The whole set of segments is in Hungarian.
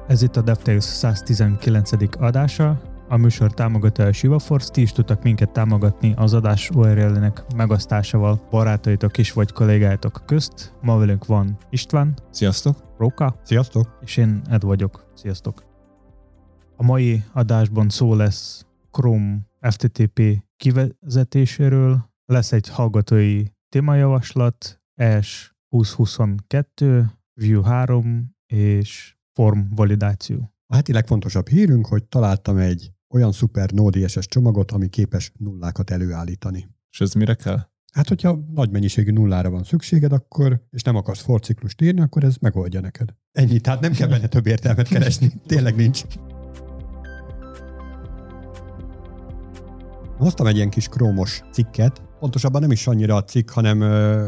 Ez itt a DevTales 119. adása. A műsor támogatója a ShivaForce, ti is tudtak minket támogatni az adás URL-nek megosztásával barátaitok is vagy kollégáitok közt. Ma velünk van István. Sziasztok! Róka. Sziasztok! És én Ed vagyok. Sziasztok! A mai adásban szó lesz Chrome FTTP kivezetéséről, lesz egy hallgatói témajavaslat, ES 2022, Vue 3 és form validáció. A heti legfontosabb hírünk, hogy találtam egy olyan szuper Node.js csomagot, ami képes nullákat előállítani. És ez mire kell? Hát, hogyha nagy mennyiségű nullára van szükséged, akkor, és nem akarsz for ciklust írni, akkor ez megoldja neked. Ennyi, tehát nem kell benne több értelmet keresni. Tényleg nincs. Hoztam egy ilyen kis Chrome-os cikket, pontosabban nem is annyira a cikk, hanem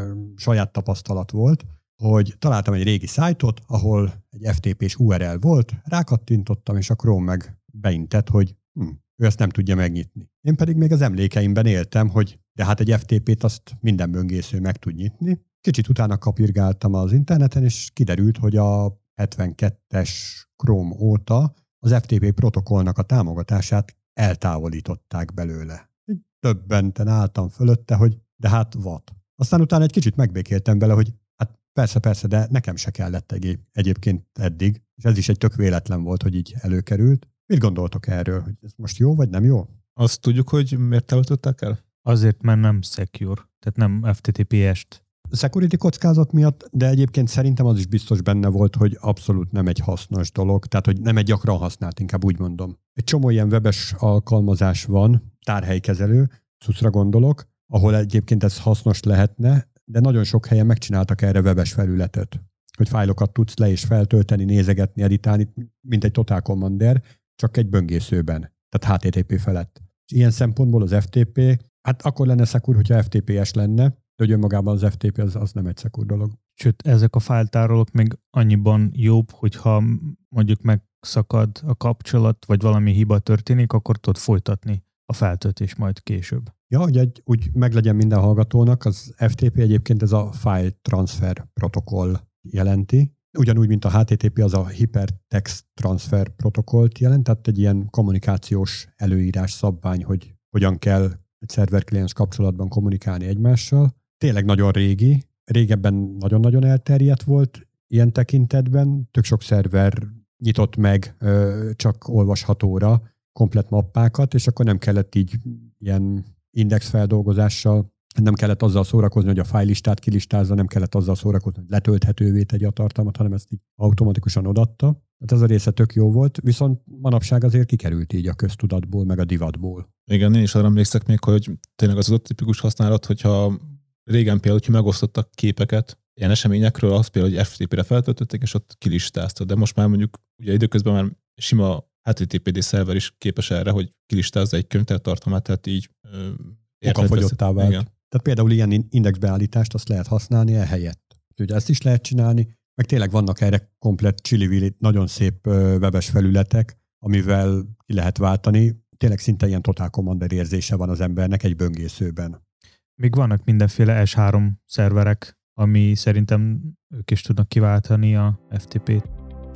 saját tapasztalat volt, hogy találtam egy régi szájtot, ahol egy FTP-s URL volt, rákattintottam, és a Chrome meg beintett, hogy ő ezt nem tudja megnyitni. Én pedig még az emlékeimben éltem, hogy de hát egy FTP-t azt minden böngésző meg tud nyitni. Kicsit utána kapirgáltam az interneten, és kiderült, hogy a 72-es Chrome óta az FTP protokollnak a támogatását eltávolították belőle. Így többenten álltam fölötte, hogy de hát what. Aztán utána egy kicsit megbékéltem vele, hogy persze, de nekem se kellett egyébként eddig, és ez is egy tök véletlen volt, hogy így előkerült. Mit gondoltok erről, hogy ez most jó, vagy nem jó? Azt tudjuk, hogy miért távolították el? Azért, mert nem secure, tehát nem FTTP-est. Security kockázat miatt, de egyébként szerintem az is biztos benne volt, hogy abszolút nem egy hasznos dolog, tehát hogy nem egy gyakran használt, inkább úgy mondom. Egy csomó ilyen webes alkalmazás van, tárhelykezelő, cuccra gondolok, ahol egyébként ez hasznos lehetne, de nagyon sok helyen megcsináltak erre webes felületet, hogy fájlokat tudsz le és feltölteni, nézegetni, editálni, mint egy Total Commander, csak egy böngészőben, tehát HTTP felett. És ilyen szempontból az FTP, hát akkor lenne secure, hogyha FTP-es lenne, de hogy önmagában az FTP az nem egy secure dolog. Sőt, ezek a fájltárolók még annyiban jobb, hogyha mondjuk megszakad a kapcsolat, vagy valami hiba történik, akkor tudod folytatni a feltöltés majd később. Ja, hogy úgy meglegyen minden hallgatónak, az FTP egyébként ez a File Transfer Protokoll jelenti. Ugyanúgy, mint a HTTP, az a Hypertext Transfer protokollt jelent, tehát egy ilyen kommunikációs előírás szabvány, hogy hogyan kell egy szerver-kliens kapcsolatban kommunikálni egymással. Tényleg nagyon régebben nagyon-nagyon elterjedt volt ilyen tekintetben. Tök sok szerver nyitott meg csak olvashatóra komplett mappákat, és akkor nem kellett így ilyen indexfeldolgozással, nem kellett azzal szórakozni, hogy a fájlistát kilistázza, nem kellett azzal szórakozni, hogy letölthetővé tegye a tartalmat, hanem ezt így automatikusan odaadta. Hát ez a része tök jó volt, viszont manapság azért kikerült így a köztudatból, meg a divatból. Igen, én is arra emlékszek még, hogy tényleg az tipikus használat, hogyha régen például, hogy megosztottak képeket ilyen eseményekről, az például, hogy FTP-re feltöltötték, és ott kilistázta. De most már mondjuk ugye időközben már sima HTTPD szerver is képes erre, hogy kilistázza egy könyvtár tartalmát, tehát így okafogyottá vált. Igen. Tehát például ilyen indexbeállítást azt lehet használni ehelyett. Ugye ezt is lehet csinálni, meg tényleg vannak erre komplett csili-vili, nagyon szép webes felületek, amivel ki lehet váltani. Tényleg szinte ilyen Total Commander érzése van az embernek egy böngészőben. Még vannak mindenféle S3 szerverek, ami szerintem ők is tudnak kiváltani a FTP-t.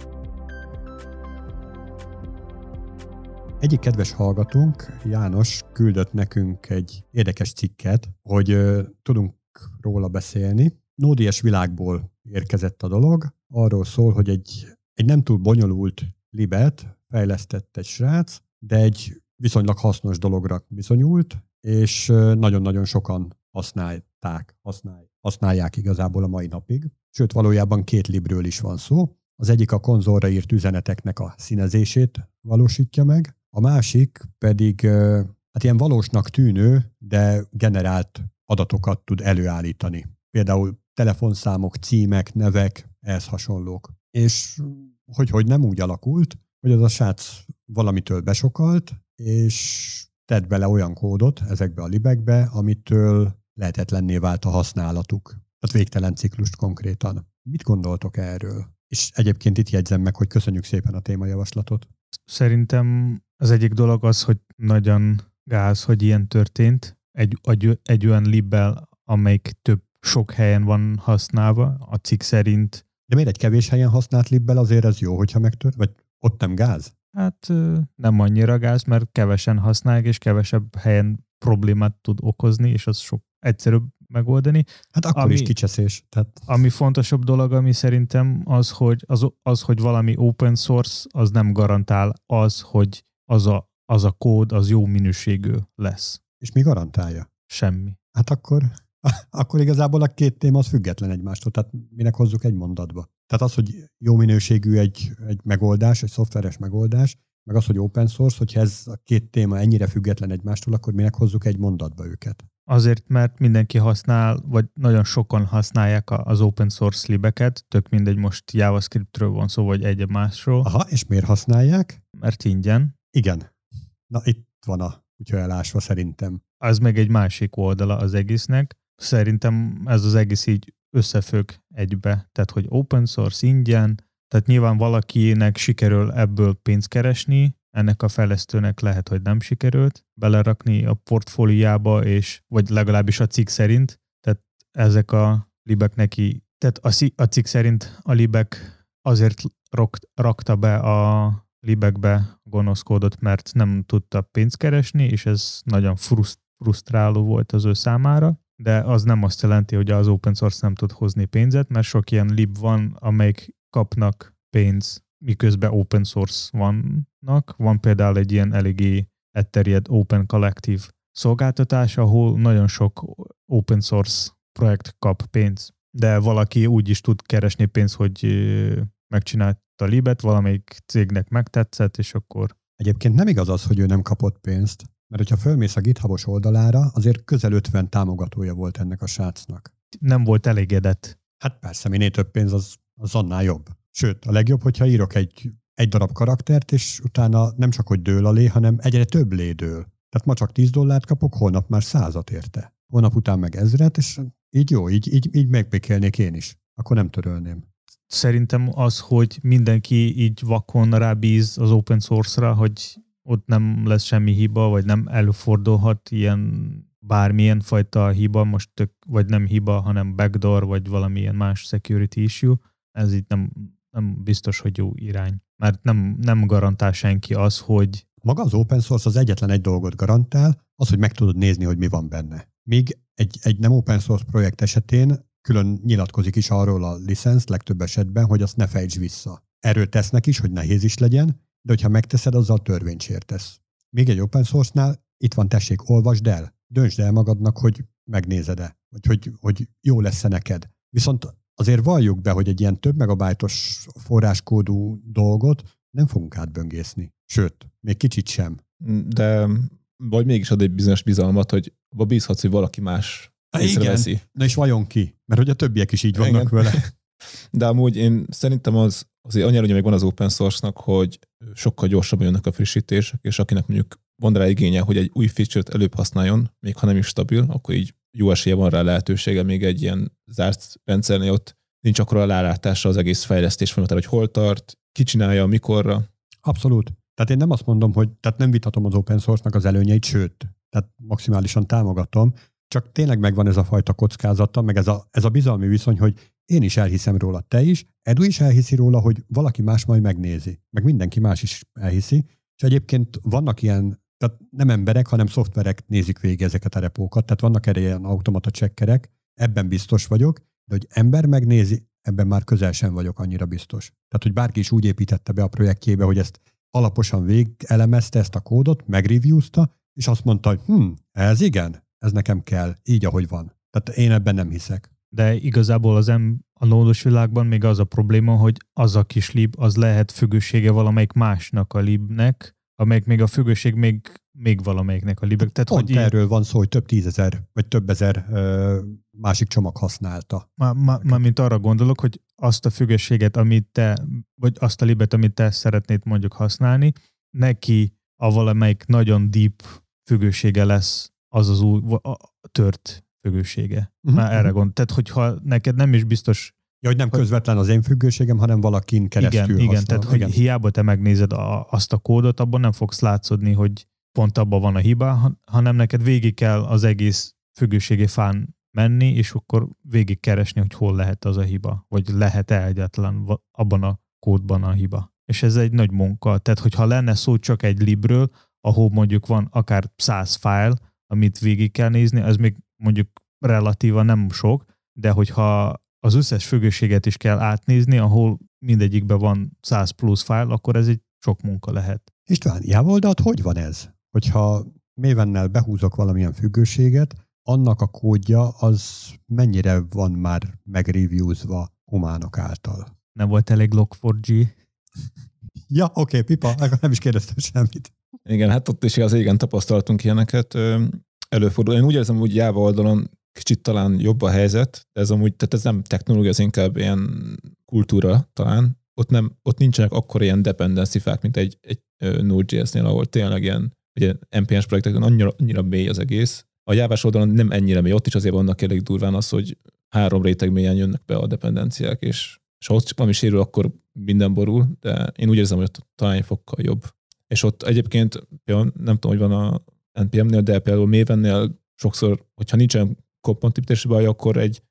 Egyik kedves hallgatónk, János, küldött nekünk egy érdekes cikket, hogy tudunk róla beszélni. Node.js világból érkezett a dolog. Arról szól, hogy egy nem túl bonyolult libet fejlesztett egy srác, de egy viszonylag hasznos dologra bizonyult, és nagyon-nagyon sokan használják igazából a mai napig. Sőt, valójában 2 libről is van szó. Az egyik a konzolra írt üzeneteknek a színezését valósítja meg, a másik pedig hát ilyen valósnak tűnő, de generált adatokat tud előállítani. Például telefonszámok, címek, nevek, ehhez hasonlók. És hogy nem úgy alakult, hogy az a srác valamitől besokalt, és tett bele olyan kódot ezekbe a libekbe, amitől lehetetlenné vált a használatuk. Tehát végtelen ciklust konkrétan. Mit gondoltok erről? És egyébként itt jegyzem meg, hogy köszönjük szépen a témajavaslatot. Szerintem az egyik dolog az, hogy nagyon gáz, hogy ilyen történt. Egy olyan libbel, amelyik sok helyen van használva, a cikk szerint. De miért egy kevés helyen használt libbel azért ez jó, hogyha megtört? Vagy Ott nem gáz? Hát nem annyira gáz, mert kevesen használják, és kevesebb helyen problémát tud okozni, és az sok egyszerűbb megoldani. Hát akkor is kicseszés. Tehát... Ami fontosabb dolog, ami szerintem az, hogy valami open source, az nem garantál hogy az a kód az jó minőségű lesz. És mi garantálja? Semmi. Hát akkor igazából a két téma az független egymástól, tehát minek hozzuk egy mondatba. Tehát az, hogy jó minőségű egy megoldás, egy szoftveres megoldás, meg az, hogy open source, hogyha ez a két téma ennyire független egymástól, akkor minek hozzuk egy mondatba őket? Azért, mert mindenki használ, vagy nagyon sokan használják az open source libeket, tök mindegy, most JavaScriptről van szó, vagy egyéb másról. Aha, és miért használják? Mert ingyen. Igen. Na itt van a kutya elásva szerintem. Az meg egy másik oldala az egésznek. Szerintem ez az egész így összefügg egybe. Tehát, hogy open source ingyen, tehát nyilván valakinek sikerül ebből pénzt keresni, ennek a fejlesztőnek lehet, hogy nem sikerült belerakni a portfóliába, vagy legalábbis a cikk szerint. Tehát ezek a libek neki, tehát a cikk szerint a libek azért rakta be a libekbe gonosz kódot, mert nem tudta pénzt keresni, és ez nagyon frusztráló volt az ő számára, de az nem azt jelenti, hogy az open source nem tud hozni pénzet, mert sok ilyen lib van, amelyik kapnak pénzt, miközben open source vannak. Van például egy ilyen eléggé elterjedt Open Collective szolgáltatás, ahol nagyon sok open source projekt kap pénzt, de valaki úgy is tud keresni pénzt, hogy megcsinált a libet, valamelyik cégnek megtetszett, és akkor... Egyébként nem igaz az, hogy ő nem kapott pénzt, mert hogyha fölmész a GitHub-os oldalára, azért közel 50 támogatója volt ennek a srácnak. Nem volt elégedett. Hát persze, minél több pénz, az annál jobb. Sőt, a legjobb, hogyha írok egy darab karaktert, és utána nem csak, hogy dől a lé, hanem egyre több lé dől. Tehát ma csak $10 kapok, holnap már 100-at érte. Holnap után meg 1000-et, és így jó, így megbékélnék én is. Akkor nem törölném. Szerintem az, hogy mindenki így vakon rábíz az open source-ra, hogy ott nem lesz semmi hiba, vagy nem előfordulhat ilyen bármilyen fajta hiba, vagy nem hiba, hanem backdoor, vagy valamilyen más security issue, ez itt nem biztos, hogy jó irány. Mert nem garantál senki az, hogy... Maga az open source az egyetlen egy dolgot garantál, az, hogy meg tudod nézni, hogy mi van benne. Míg egy nem open source projekt esetén külön nyilatkozik is arról a licensz legtöbb esetben, hogy azt ne fejtsd vissza. Erről tesznek is, hogy nehéz is legyen, de hogyha megteszed, azzal törvényt sértesz. Még egy open source-nál itt van, tessék, olvasd el, döntsd el magadnak, hogy megnézed-e, vagy hogy jó lesz-e neked. Viszont azért valljuk be, hogy egy ilyen több megabájtos forráskódú dolgot nem fogunk átböngészni. Sőt, még kicsit sem. De vagy mégis ad egy bizonyos bizalmat, hogy bízhatsz, hogy valaki más észreveszi. Na és vajon ki? Mert hogy a többiek is így vannak vele. De amúgy én szerintem azért annyira ugye még van az open source-nak, hogy sokkal gyorsabban jönnek a frissítések, és akinek mondjuk van rá igénye, hogy egy új feature-t előbb használjon, még ha nem is stabil, akkor így jó esélye van rá lehetősége még egy ilyen zárt rendszernél, ott nincs akkora rálátása az egész fejlesztés folyamatára, hogy hol tart, ki csinálja, mikorra. Abszolút. Tehát én nem azt mondom, hogy tehát nem vitatom az open source-nak az előnyeit, sőt, tehát maximálisan támogatom, csak tényleg megvan ez a fajta kockázata, meg ez a bizalmi viszony, hogy én is elhiszem róla, te is, Edu is elhiszi róla, hogy valaki más majd megnézi, meg mindenki más is elhiszi, és egyébként vannak ilyen, tehát nem emberek, hanem szoftverek nézik végig ezeket a repókat, tehát vannak erre ilyen automata csekkerek, ebben biztos vagyok, de hogy ember megnézi, ebben már közel sem vagyok annyira biztos. Tehát, hogy bárki is úgy építette be a projektjébe, hogy ezt alaposan végelemezte ezt a kódot, megreviewzta, és azt mondta, hogy ez igen, ez nekem kell, így ahogy van. Tehát én ebben nem hiszek. De igazából a nódos világban még az a probléma, hogy az a kis lib, az lehet függősége valamelyik másnak a libnek, amelyik még a függőség még valamelyiknek a libek. Tehát, pont hogy erről van szó, hogy több 10 000 vagy több ezer másik csomag használta. Mint arra gondolok, hogy azt a függőséget, vagy azt a libet, amit te szeretnéd mondjuk használni, neki a valamelyik nagyon deep függősége lesz az új tört függősége. Már erre gondolok. Tehát, hogyha neked nem is biztos... Ja, hogy nem közvetlen az én függőségem, hanem valakin keresztül igen, tehát hogy hiába te megnézed azt a kódot, abban nem fogsz látszódni, hogy pont abban van a hiba, hanem neked végig kell az egész függőségi fán menni, és akkor végig keresni, hogy hol lehet az a hiba, vagy lehet-e egyáltalán abban a kódban a hiba. és ez egy nagy munka. Tehát, hogyha lenne szó csak egy libről, ahol mondjuk van akár 100 file, amit végig kell nézni, az még mondjuk relatívan nem sok, de hogyha az összes függőséget is kell átnézni, ahol mindegyikben van 100 plusz file, akkor ez egy sok munka lehet. István, Jávoldalt hogy van ez? Hogyha Mavennel behúzok valamilyen függőséget, annak a kódja az mennyire van már megreviewzva humánok által? Nem volt elég Log4j? Ja, oké, pipa, akkor nem is kérdeztem semmit. Igen, hát ott is az igen tapasztaltunk ilyeneket. Előfordul. Én úgy érzem, hogy Java oldalon kicsit talán jobb a helyzet, de ez amúgy, tehát ez nem technológia, ez inkább ilyen kultúra talán. Ott nincsenek akkora ilyen dependency fák, mint egy Node.js-nél, ahol tényleg ilyen ugye NPM projektekben annyira mély az egész. A Java-s oldalon nem ennyire mély, ott is azért vannak elég durván az, hogy 3 réteg mélyen jönnek be a dependenciák, és ha ott valami sérül, akkor minden borul, de én úgy érzem, hogy ott talán egy fokkal jobb. És ott egyébként, például nem tudom, hogy van a NPM-nél, de például Mavennél sokszor, hogyha nincsen komponentipítési baj, akkor egy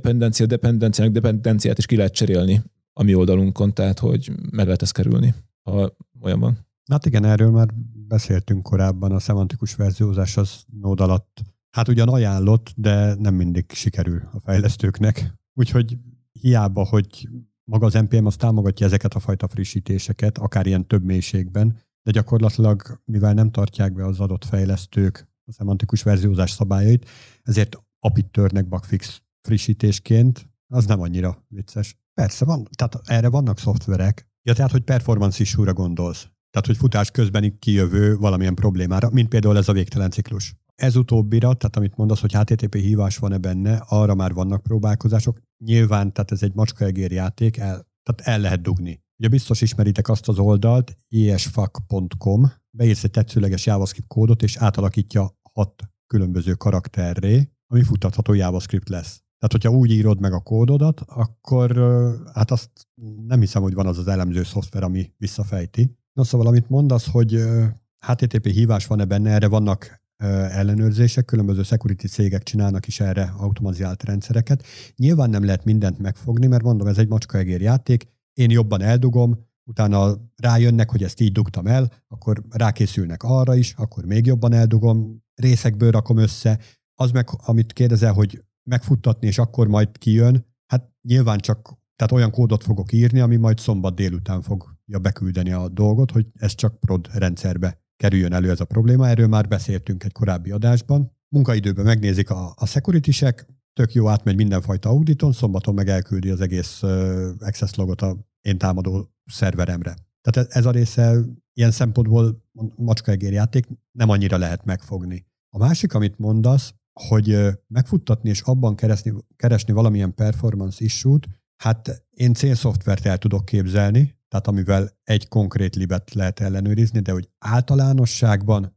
dependenciát is ki lehet cserélni a mi oldalunkon, tehát hogy meg lehet ezt kerülni, ha olyan van. Hát igen, erről már beszéltünk korábban, a szemantikus verziózás az Node alatt hát ugyan ajánlott, de nem mindig sikerül a fejlesztőknek. Úgyhogy hiába, hogy maga az NPM az támogatja ezeket a fajta frissítéseket, akár ilyen több mélységben, de gyakorlatilag, mivel nem tartják be az adott fejlesztők a szemantikus verziózás szabályait, ezért API-t törnek bugfix frissítésként, az nem annyira vicces. Persze van, tehát erre vannak szoftverek. Ja, tehát, hogy performance issue-ra gondolsz. Tehát, hogy futás közben kijövő valamilyen problémára, mint például ez a végtelen ciklus. Ez utóbbira, tehát amit mondasz, hogy HTTP hívás van-e benne, arra már vannak próbálkozások. Nyilván, tehát ez egy macskaegér játék, tehát el lehet dugni. Ugye biztos ismeritek azt az oldalt, esfuck.com, beírsz egy tetszőleges JavaScript kódot, és átalakítja 6 különböző karakterré, ami futtatható JavaScript lesz. Tehát, hogyha úgy írod meg a kódodat, akkor hát azt nem hiszem, hogy van az az elemző szoftver, ami visszafejti. Na szóval, amit mondasz, hogy HTTP hívás van-e benne, erre vannak ellenőrzések, különböző security cégek csinálnak is erre automatizált rendszereket. Nyilván nem lehet mindent megfogni, mert mondom, ez egy macskaegér játék, én jobban eldugom, utána rájönnek, hogy ezt így dugtam el, akkor rákészülnek arra is, akkor még jobban eldugom, részekből rakom össze. Az meg, amit kérdezel, hogy megfuttatni, és akkor majd kijön, hát nyilván csak tehát olyan kódot fogok írni, ami majd szombat délután fogja beküldeni a dolgot, hogy ez csak prod rendszerbe kerüljön elő ez a probléma. Erről már beszéltünk egy korábbi adásban. Munkaidőben megnézik a security-sek, tök jó, átmegy mindenfajta auditon, szombaton meg elküldi az egész access logot a én támadó szerveremre. Tehát ez a része ilyen szempontból macskaegér játék, nem annyira lehet megfogni. A másik, amit mondasz, hogy megfuttatni és abban keresni valamilyen performance issue-t, hát én célszoftvert el tudok képzelni, tehát amivel egy konkrét libet lehet ellenőrizni, de hogy általánosságban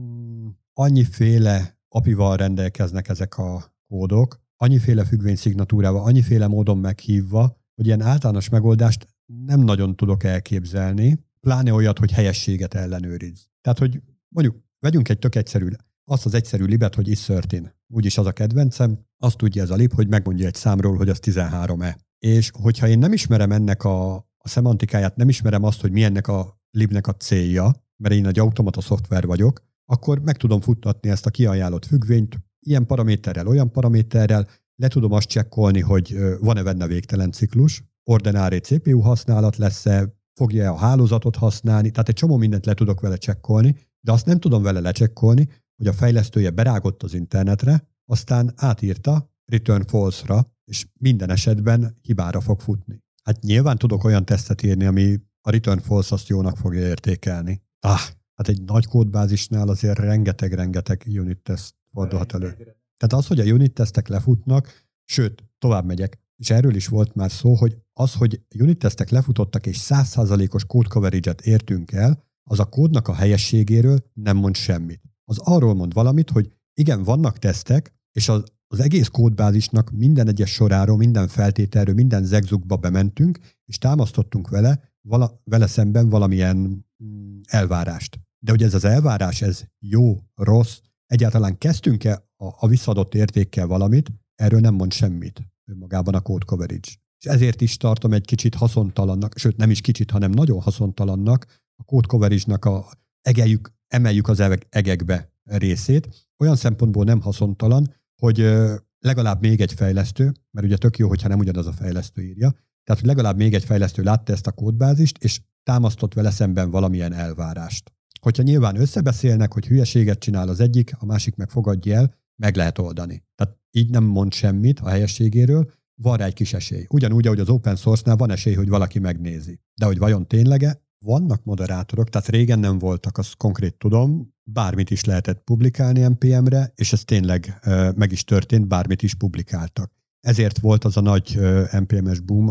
annyiféle API-val rendelkeznek ezek a kódok, annyiféle függvényszignatúrával, annyiféle módon meghívva, hogy ilyen általános megoldást nem nagyon tudok elképzelni, pláne olyat, hogy helyességet ellenőriz. Tehát, hogy mondjuk vegyünk egy tök egyszerű, azt az egyszerű libet, hogy is13. Úgyis az a kedvencem, azt tudja ez a lib, hogy megmondja egy számról, hogy az 13-e. És hogyha én nem ismerem ennek a szemantikáját, nem ismerem azt, hogy mi ennek a libnek a célja, mert én egy automata szoftver vagyok, akkor meg tudom futtatni ezt a kiajánlott függvényt, ilyen paraméterrel, olyan paraméterrel, le tudom azt csekkolni, hogy van-e benne végtelen ciklus, ordinári CPU használat lesz-e, fogja-e a hálózatot használni, tehát egy csomó mindent le tudok vele csekkolni, de azt nem tudom vele lecsekkolni, hogy a fejlesztője berágott az internetre, aztán átírta return false-ra, és minden esetben hibára fog futni. Hát nyilván tudok olyan tesztet írni, ami a return false azt jónak fogja értékelni. Hát egy nagy kódbázisnál azért rengeteg unit teszt fordulhat elő. Tehát az, hogy a unit tesztek lefutnak, sőt, tovább megyek, és erről is volt már szó, hogy az, hogy unit tesztek lefutottak és 100%-os code coverage-et értünk el, az a kódnak a helyességéről nem mond semmit. Az arról mond valamit, hogy igen, vannak tesztek, és az egész kódbázisnak minden egyes soráról, minden feltételről, minden zegzugba bementünk, és támasztottunk vele szemben valamilyen elvárást. De hogy ez az elvárás, ez jó, rossz, egyáltalán kezdtünk-e a visszaadott értékkel valamit, erről nem mond semmit önmagában a code coverage. és ezért is tartom egy kicsit haszontalannak, sőt nem is kicsit, hanem nagyon haszontalannak a code coverage-nak emeljük az egekbe részét. Olyan szempontból nem haszontalan, hogy legalább még egy fejlesztő, mert ugye tök jó, hogyha nem ugyanaz a fejlesztő írja, tehát hogy legalább még egy fejlesztő látta ezt a kódbázist, és támasztott vele szemben valamilyen elvárást. Hogyha nyilván összebeszélnek, hogy hülyeséget csinál az egyik, a másik meg fogadja el, meg lehet oldani. Tehát így nem mond semmit a helyességéről, van rá egy kis esély. Ugyanúgy, ahogy az open source-nál van esély, hogy valaki megnézi. De hogy vajon tényleg vannak moderátorok, tehát régen nem voltak, azt konkrét tudom, bármit is lehetett publikálni NPM-re, és ez tényleg meg is történt, bármit is publikáltak. Ezért volt az a nagy NPM-es boom,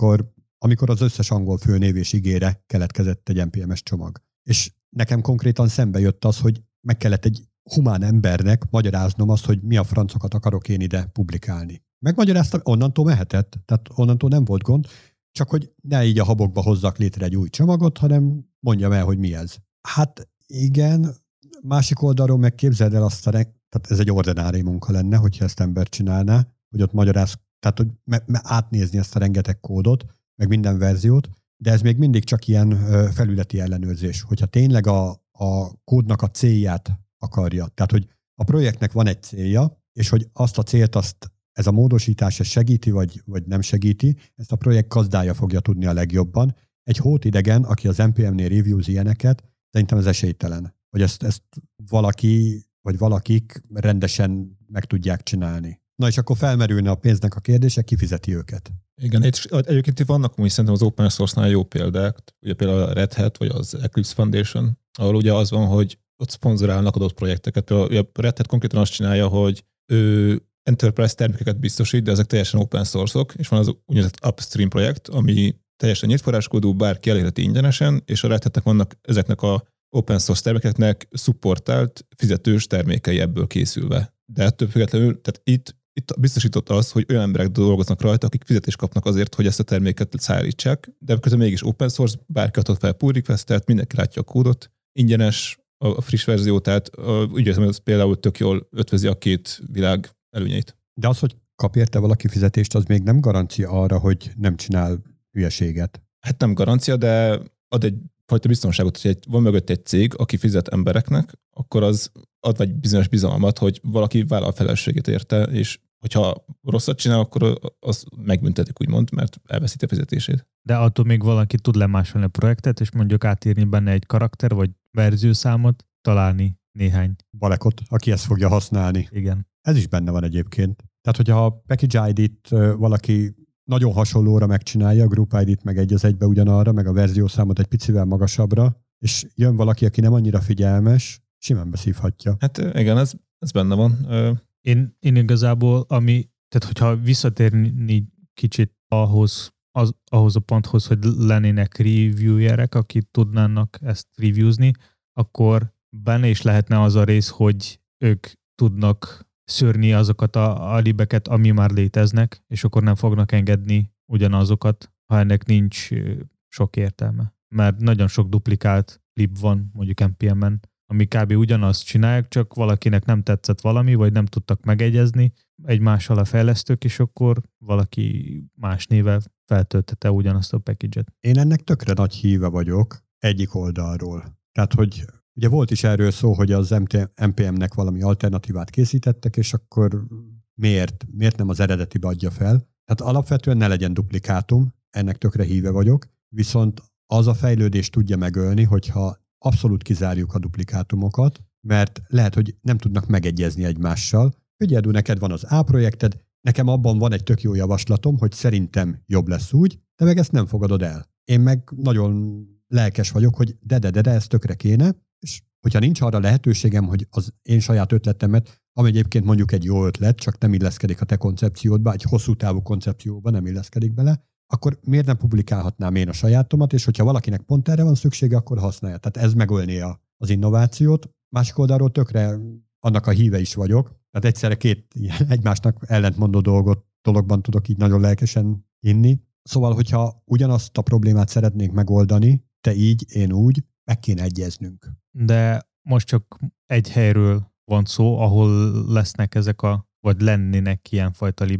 amikor az összes angol főnév és igére keletkezett egy NPM-es csomag. És nekem konkrétan szembe jött az, hogy meg kellett egy humán embernek magyaráznom azt, hogy mi a francokat akarok én ide publikálni. Megmagyaráztam, onnantól mehetett, tehát onnantól nem volt gond, csak hogy ne így a habokba hozzak létre egy új csomagot, hanem mondjam el, hogy mi ez. Hát igen, másik oldalról meg képzeld el azt tehát ez egy ordinári munka lenne, hogyha ezt ember csinálná, hogy ott magyaráz, tehát hogy átnézni ezt a rengeteg kódot, meg minden verziót, de ez még mindig csak ilyen felületi ellenőrzés, hogyha tényleg a kódnak a célját akarja. Tehát, hogy a projektnek van egy célja, és hogy azt a célt, ez a módosítás ez segíti, vagy nem segíti, ezt a projekt gazdája fogja tudni a legjobban. Egy hótidegen, aki az NPM-nél reviews ilyeneket, szerintem ez esélytelen, hogy ezt valaki, vagy valakik rendesen meg tudják csinálni. Na és akkor felmerülne a pénznek a kérdése, ki fizeti őket. Igen, egyébként vannak úgy szerintem az open source-nál jó példák, ugye például a Red Hat, vagy az Eclipse Foundation, ahol ugye az van, hogy ott szponzorálnak adott projekteket. Például a Red Hat konkrétan azt csinálja, hogy ő enterprise termékeket biztosít, de ezek teljesen open source-ok, és van az úgynevezett upstream projekt, ami teljesen nyílt forráskódú, bárki elérheti ingyenesen, és a Red Hatnek vannak ezeknek a open source termékeknek szupportált, fizetős termékei ebből készülve. De ettől függetlenül, tehát itt biztosított az, hogy olyan emberek dolgoznak rajta, akik fizetést kapnak azért, hogy ezt a terméket szállítsák, de közben mégis open source, bárki adott fel pull request-et, mindenki látja a kódot, ingyenes a friss verzió, tehát úgy érzem, hogy ez például tök jól ötvözi a két világ előnyeit. De az, hogy kap érte valaki fizetést, az még nem garancia arra, hogy nem csinál hülyeséget. Hát nem garancia, de ad egy fajta biztonságot, hogy van mögött egy cég, aki fizet embereknek, akkor az ad egy bizonyos bizalmat, hogy valaki vállal felelősséget érte, és hogyha rosszat csinál, akkor az megbüntetik, úgymond, mert elveszíti a fizetését. De attól még valaki tud lemásolni a projektet, és mondjuk átírni benne egy karakter, vagy verziószámot, találni néhány balekot, aki ezt fogja használni. Igen. Ez is benne van egyébként. Tehát, hogyha a package ID-t valaki nagyon hasonlóra megcsinálja, a group ID-t meg egy az egybe ugyanarra, meg a verziószámot egy picivel magasabbra, és jön valaki, aki nem annyira figyelmes, simán beszívhatja. Hát igen, ez benne van. Én igazából, tehát hogyha visszatérni kicsit ahhoz a ponthoz, hogy lennének reviewerek, akik tudnának ezt reviewzni, akkor benne is lehetne az a rész, hogy ők tudnak szűrni azokat a libeket, ami már léteznek, és akkor nem fognak engedni ugyanazokat, ha ennek nincs sok értelme. Mert nagyon sok duplikált lib van, mondjuk NPM-en, ami kb. Ugyanazt csinálják, csak valakinek nem tetszett valami, vagy nem tudtak megegyezni egymással a fejlesztők, és akkor valaki más névvel feltöltette ugyanazt a package-et. Én ennek tökre nagy híve vagyok egyik oldalról. Tehát, hogy ugye volt is erről szó, hogy az NPM-nek valami alternatívát készítettek, és akkor miért nem az eredetibe adja fel? Tehát alapvetően ne legyen duplikátum, ennek tökre híve vagyok, viszont az a fejlődést tudja megölni, hogyha abszolút kizárjuk a duplikátumokat, mert lehet, hogy nem tudnak megegyezni egymással. Figyeld, neked van az A projekted, nekem abban van egy tök jó javaslatom, hogy szerintem jobb lesz úgy, de meg ezt nem fogadod el. Én meg nagyon lelkes vagyok, hogy de, ez tökre kéne, és hogyha nincs arra lehetőségem, hogy az én saját ötletemet, ami egyébként mondjuk egy jó ötlet, csak nem illeszkedik a te koncepciódba, egy hosszú távú koncepcióba nem illeszkedik bele, akkor miért nem publikálhatnám én a sajátomat, és hogyha valakinek pont erre van szüksége, akkor használja. Tehát ez megölné az innovációt. Másik oldalról tökre annak a híve is vagyok. Tehát egyszerre két egymásnak ellentmondó dologban tudok így nagyon lelkesen inni. Szóval, hogyha ugyanazt a problémát szeretnénk megoldani, te így, én úgy, meg kéne egyeznünk. De most csak egy helyről van szó, ahol lesznek vagy lennének ilyenfajta libek,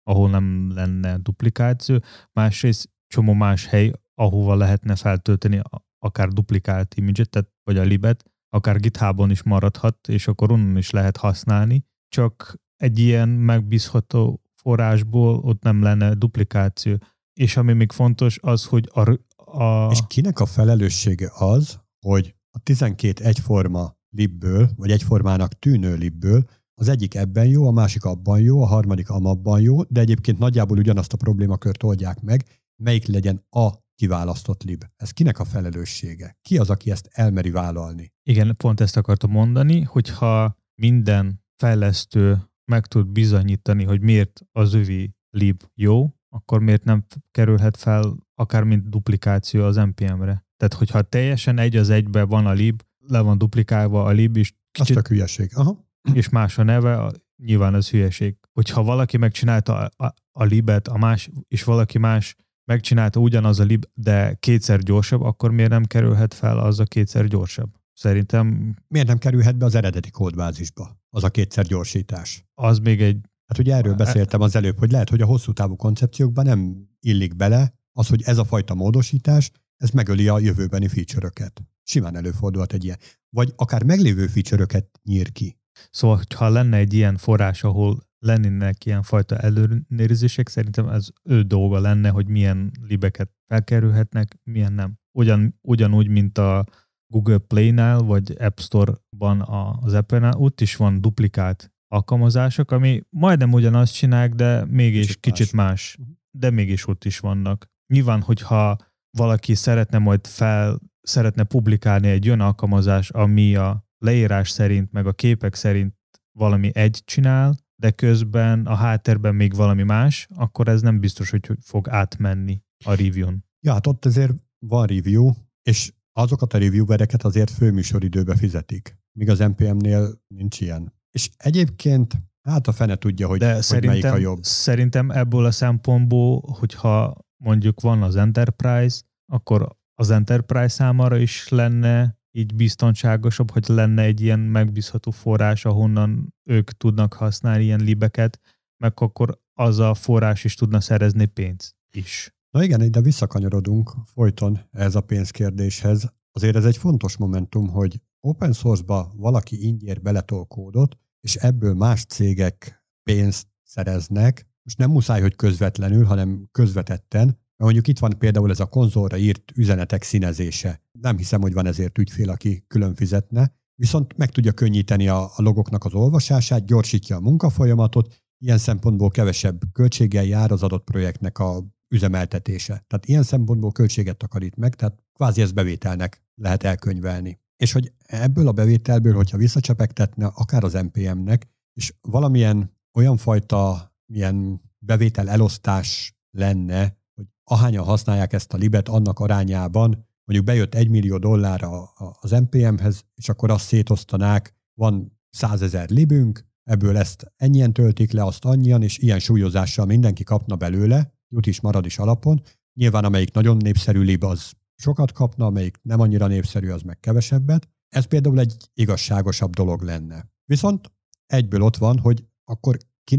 ahol nem lenne duplikáció, másrészt csomó más hely, ahova lehetne feltölteni akár duplikált image-et, vagy a libet, akár GitHubon is maradhat, és akkor onnan is lehet használni, csak egy ilyen megbízható forrásból ott nem lenne duplikáció. És ami még fontos az, hogy És kinek a felelőssége az, hogy a 12 egyforma libből, vagy egyformának tűnő libből az egyik ebben jó, a másik abban jó, a harmadik amabban jó, de egyébként nagyjából ugyanazt a problémakört oldják meg, melyik legyen a kiválasztott lib. Ez kinek a felelőssége? Ki az, aki ezt elmeri vállalni? Igen, pont ezt akartam mondani, hogyha minden fejlesztő meg tud bizonyítani, hogy miért az övi lib jó, akkor miért nem kerülhet fel akár mint duplikáció az NPM-re. Tehát, hogyha teljesen egy az egybe van a lib, le van duplikálva a lib, és kicsit... Az csak hülyeség. Aha. És más a neve, nyilván az hülyeség. Hogyha valaki megcsinálta a libet, és valaki más megcsinálta ugyanaz a lib, de kétszer gyorsabb, akkor miért nem kerülhet fel az a kétszer gyorsabb? Szerintem... Miért nem kerülhet be az eredeti kódbázisba az a kétszer gyorsítás? Az még egy... Hát ugye erről beszéltem az előbb, hogy lehet, hogy a hosszú távú koncepciókban nem illik bele az, hogy ez a fajta módosítás, ez megöli a jövőbeni feature-öket. Simán előfordulhat egy ilyen. Vagy akár meglévő feature-öket nyír ki. Szóval, ha lenne egy ilyen forrás, ahol lennének ilyen fajta ellenőrzések, szerintem ez ő dolga lenne, hogy milyen libeket felkerülhetnek, milyen nem. Ugyanúgy, mint a Google Play-nál, vagy App Store-ban az Apple-nál, ott is van duplikált alkalmazások, ami majdnem ugyanazt csinálják, de mégis kicsit más. De mégis ott is vannak. Nyilván, hogyha valaki szeretne publikálni egy olyan alkalmazás, ami a leírás szerint, meg a képek szerint valami egy csinál, de közben a háttérben még valami más, akkor ez nem biztos, hogy fog átmenni a review-n. Ja, hát ott azért van review, és azokat a reviewereket azért főműsoridőbe fizetik, míg az NPM-nél nincs ilyen. És egyébként, hát a fene tudja, hogy melyik a jobb. Szerintem ebből a szempontból, hogyha mondjuk van az Enterprise, akkor az Enterprise számára is lenne így biztonságosabb, hogy lenne egy ilyen megbízható forrás, ahonnan ők tudnak használni ilyen libeket, meg akkor az a forrás is tudna szerezni pénzt is. Na igen, de visszakanyarodunk folyton ehhez a pénzkérdéshez. Azért ez egy fontos momentum, hogy open source-ba valaki ingyér beletol kódot, és ebből más cégek pénzt szereznek. Most nem muszáj, hogy közvetlenül, hanem közvetetten. Mondjuk itt van például ez a konzolra írt üzenetek színezése. Nem hiszem, hogy van ezért ügyfél, aki külön fizetne. Viszont meg tudja könnyíteni a logoknak az olvasását, gyorsítja a munkafolyamatot, ilyen szempontból kevesebb költséggel jár az adott projektnek a üzemeltetése. Tehát ilyen szempontból költséget takarít meg, tehát kvázi ezt bevételnek lehet elkönyvelni. És hogy ebből a bevételből, hogyha visszacsepegtetne akár az NPM-nek, és valamilyen olyan fajta ilyen bevétel elosztás lenne, hogy ahányan használják ezt a libet annak arányában, mondjuk bejött $1 millió az NPM-hez, és akkor azt szétosztanák, van 100 000 libünk, ebből ezt ennyien töltik le, azt annyian, és ilyen súlyozással mindenki kapna belőle, jut is, marad is alapon. Nyilván amelyik nagyon népszerű lib, az sokat kapna, amelyik nem annyira népszerű, az meg kevesebbet. Ez például egy igazságosabb dolog lenne. Viszont egyből ott van, hogy akkor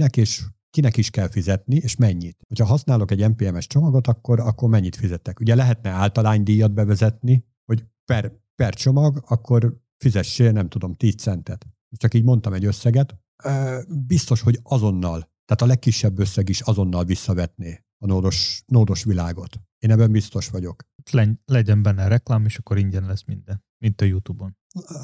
kinek is kell fizetni, és mennyit. Ha használok egy NPM-es csomagot, akkor mennyit fizettek. Ugye lehetne általánydíjat bevezetni, hogy per csomag, akkor fizessél, nem tudom, 10 centet. Csak így mondtam egy összeget. Biztos, hogy azonnal, tehát a legkisebb összeg is azonnal visszavetné a nódos világot. Én ebben biztos vagyok. Legyen benne reklám, és akkor ingyen lesz minden, mint a YouTube-on.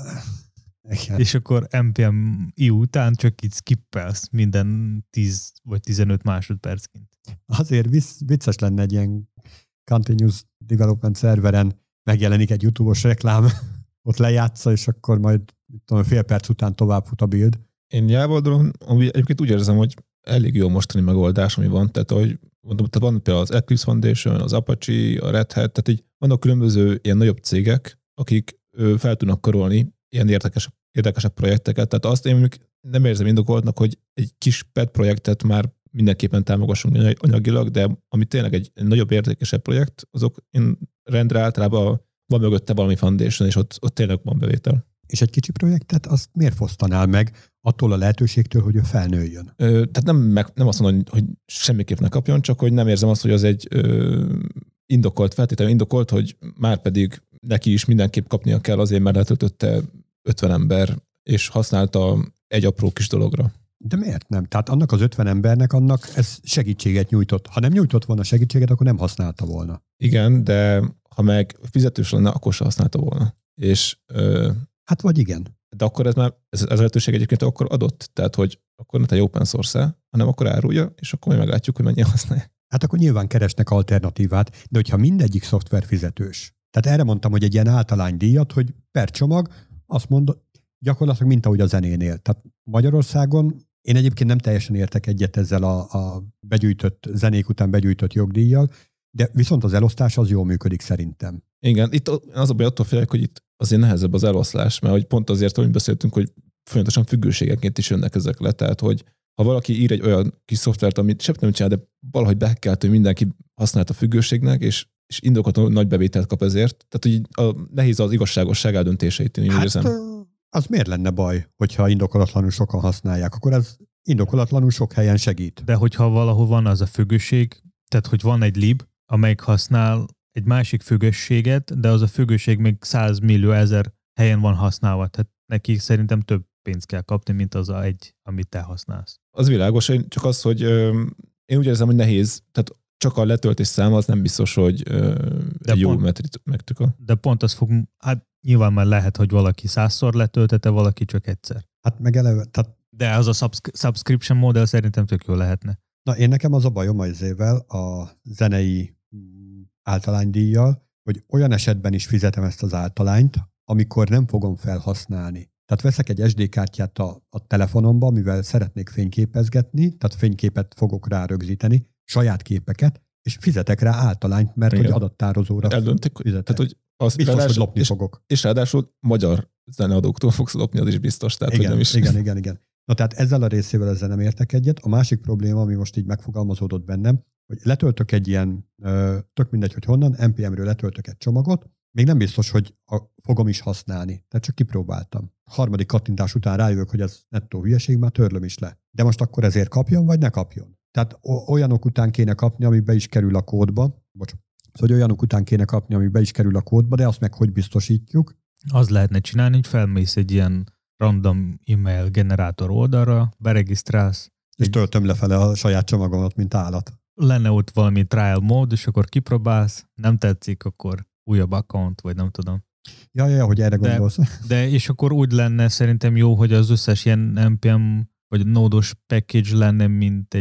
Igen. És akkor NPM után csak így skippelsz minden 10 vagy 15 másodpercként. Azért vicces lenne egy ilyen continuous development szerveren megjelenik egy YouTube-os reklám, ott lejátsza, és akkor majd fél perc után tovább fut a build. Én jávoldalon egyébként úgy érzem, hogy elég jó mostani megoldás, ami van. Tehát, ahogy mondom, tehát van például az Eclipse Foundation, az Apache, a Red Hat, tehát így vannak különböző ilyen nagyobb cégek, akik fel tudnak karolni ilyen érdekesebb projekteket. Tehát azt én nem érzem indokoltnak, hogy egy kis pet projektet már mindenképpen támogassunk anyagilag, de ami tényleg egy nagyobb értékesebb projekt, azok én rendre általában van mögötte valami foundation, és ott tényleg van bevétel. És egy kicsi projektet, azt miért fosztanál meg? Attól a lehetőségtől, hogy ő felnőjön. Tehát nem azt mondom, hogy semmiképp ne kapjon, csak hogy nem érzem azt, hogy az egy feltétlenül indokolt, hogy már pedig neki is mindenképp kapnia kell azért, mert letöltötte 50 ember, és használta egy apró kis dologra. De miért nem? Tehát annak az 50 embernek ez segítséget nyújtott. Ha nem nyújtott volna segítséget, akkor nem használta volna. Igen, de ha meg fizetős lenne, akkor se használta volna. És, hát vagy igen. De akkor ez a lehetőség egyébként akkor adott. Tehát, hogy akkor ne egy open source-e, hanem akkor árulja, és akkor majd meglátjuk, hogy mennyien használják. Hát akkor nyilván keresnek alternatívát, de hogyha mindegyik szoftver fizetős. Tehát erre mondtam, hogy egy ilyen általánydíjat, hogy per csomag, azt mondod, gyakorlatilag mint ahogy a zenénél. Tehát Magyarországon én egyébként nem teljesen értek egyet ezzel a begyűjtött, zenék után begyűjtött jogdíjjal, de viszont az elosztás az jól működik szerintem. Igen, itt az a baj, attól félek, hogy itt azért nehezebb az eloszlás, mert hogy pont azért, hogy beszéltünk, hogy folyamatosan függőségeként is jönnek ezek le, tehát hogy ha valaki ír egy olyan kis szoftvert, amit semmit nem csinál, de valahogy behekkelt, hogy mindenki használt a függőségnek, és indokoltan nagy bevételt kap ezért, tehát hogy nehéz az igazságosság eldöntéseit, én úgy érzem. Az miért lenne baj, hogyha indokolatlanul sokan használják? Akkor ez indokolatlanul sok helyen segít. De hogyha valahol van az a függőség, tehát hogy van egy lib, amelyik használ egy másik függőséget, de az a függőség még 100 millió ezer helyen van használva, tehát neki szerintem több pénzt kell kapni, mint az egy, amit te használsz. Az világos, csak az, hogy én úgy érzem, hogy nehéz, tehát csak a letöltés száma az nem biztos, hogy egy jó metrika. De pont az fog, hát nyilván már lehet, hogy valaki 100-szor letöltette, valaki csak egyszer. Hát meg eleve, de az a subscription modell szerintem tök jó lehetne. Na, én nekem az a bajom az évvel a zenei általánydíjjal, hogy olyan esetben is fizetem ezt az általányt, amikor nem fogom felhasználni. Tehát veszek egy SD kártyát a telefonomba, amivel szeretnék fényképezgetni, tehát fényképet fogok rá rögzíteni, saját képeket, és fizetek rá általányt, mert hogy adattározóra eldöntik, fizetek. Tehát, hogy az biztos, hogy lopni fogok. És ráadásul magyar zeneadóktól fogsz lopni, az is biztos. Tehát, igen, hogy nem is. Igen. Na tehát ezzel a részével ezzel nem értek egyet. A másik probléma, ami most így megfogalmazódott bennem, hogy letöltök egy ilyen, tök mindegy, hogy honnan, NPM-ről letöltök egy csomagot, még nem biztos, hogy fogom is használni. Tehát csak kipróbáltam. Harmadik kattintás után rájövök, hogy ez nettó hülyeség, már törlöm is le. De most akkor ezért kapjon, vagy ne kapjon? Tehát olyanok után kéne kapni, ami be is kerül a kódba. Hogy olyanok után kéne kapni, ami be is kerül a kódba, de azt meg hogy biztosítjuk? Az lehetne csinálni, hogy felmész egy ilyen random email generátor oldalra, beregisztrálsz. És töltöm lefele a saját csomagomat, mint állat. Lenne ott valami trial mód, és akkor kipróbálsz, nem tetszik, akkor újabb account, vagy nem tudom. Ja, hogy erre gondolsz. De és akkor úgy lenne szerintem jó, hogy az összes ilyen NPM vagy nódos package lenne, mint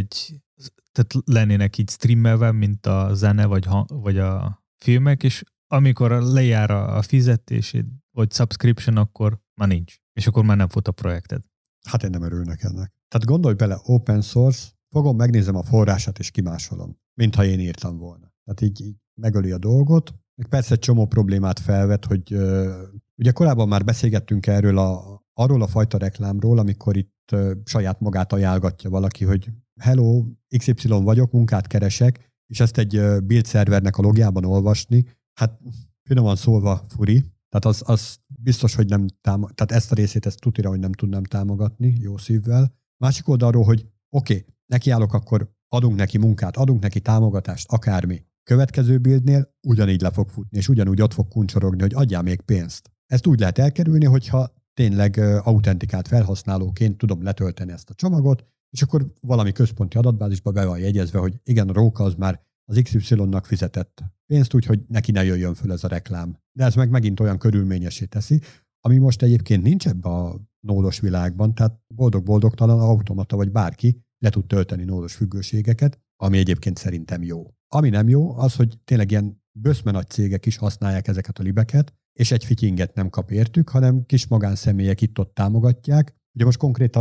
tehát lennének így streamelve, mint a zene, vagy a filmek, és amikor lejár a fizetését, vagy subscription, akkor már nincs. És akkor már nem fut a projekted. Hát én nem örülnek ennek. Tehát gondolj bele, open source, megnézem a forrását, és kimásolom, mintha én írtam volna. Tehát így megöli a dolgot. Meg persze egy csomó problémát felvet, hogy ugye korábban már beszélgettünk arról a fajta reklámról, amikor itt saját magát ajánlgatja valaki, hogy hello, XY vagyok, munkát keresek, és ezt egy build szervernek a logjában olvasni, hát finoman szólva furi, tehát az biztos, hogy nem tehát ezt a részét, ezt tutira, hogy nem tudnám támogatni jó szívvel. Másik oldalról, hogy oké, nekiállok, akkor adunk neki munkát, adunk neki támogatást, akármi. Következő buildnél ugyanígy le fog futni, és ugyanúgy ott fog kuncsorogni, hogy adjál még pénzt. Ezt úgy lehet elkerülni, hogyha tényleg autentikált felhasználóként tudom letölteni ezt a csomagot, és akkor valami központi adatbázisba be van jegyezve, hogy igen, a Róka az már az XY-nak fizetett pénzt, úgyhogy neki ne jöjjön föl ez a reklám. De ez meg megint olyan körülményessé teszi, ami most egyébként nincs ebbe a nódos világban, tehát boldog-boldogtalan automata vagy bárki le tud tölteni nódos függőségeket, ami egyébként szerintem jó. Ami nem jó, az, hogy tényleg ilyen böszme nagy cégek is használják ezeket a libeket, és egy fityinget nem kap értük, hanem kis magánszemélyek itt-ott támogatják. Ugye most konkrétan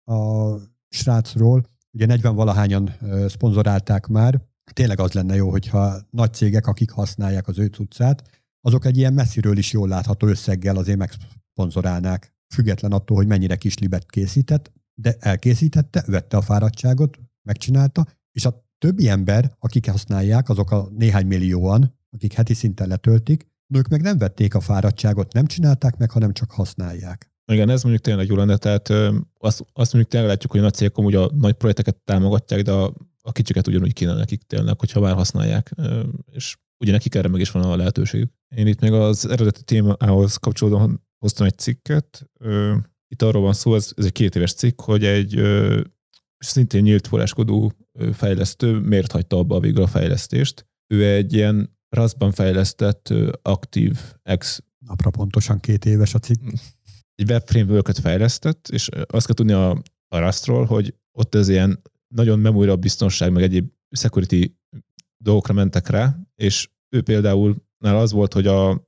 a srácról, ugye 40-valahányan szponzorálták már, tényleg az lenne jó, hogyha nagy cégek, akik használják az ő cuccát, azok egy ilyen messziről is jól látható összeggel azért megszponzorálnák, független attól, hogy mennyire kis libet készített, de elkészítette, vette a fáradtságot, megcsinálta, és a többi ember, akik használják, azok a néhány millióan, akik heti szinten letöltik, ők meg nem vették a fáradtságot, nem csinálták meg, hanem csak használják. Igen, ez mondjuk tényleg jó lenne, tehát azt mondjuk tényleg látjuk, hogy a nagy cégek amúgy a nagy projekteket támogatják, de a kicsiket ugyanúgy kéne nekik tényleg, hogyha már használják, és ugye nekik erre meg is van a lehetőségük. Én itt még az eredeti témához kapcsolódóan hoztam egy cikket. Itt arról van szó, ez egy 2 éves cikk, hogy egy szintén nyílt forráskodó fejlesztő miért hagyta abba végül a fejlesztést. Ő egy ilyen Rustban fejlesztett ActiveX. Napra pontosan 2 éves a cikk. Egy web framework-öt fejlesztett, és azt kell tudni a Rustról, hogy ott ez ilyen nagyon memória biztonság, meg egyéb security dolgokra mentek rá, és ő például nála az volt, hogy a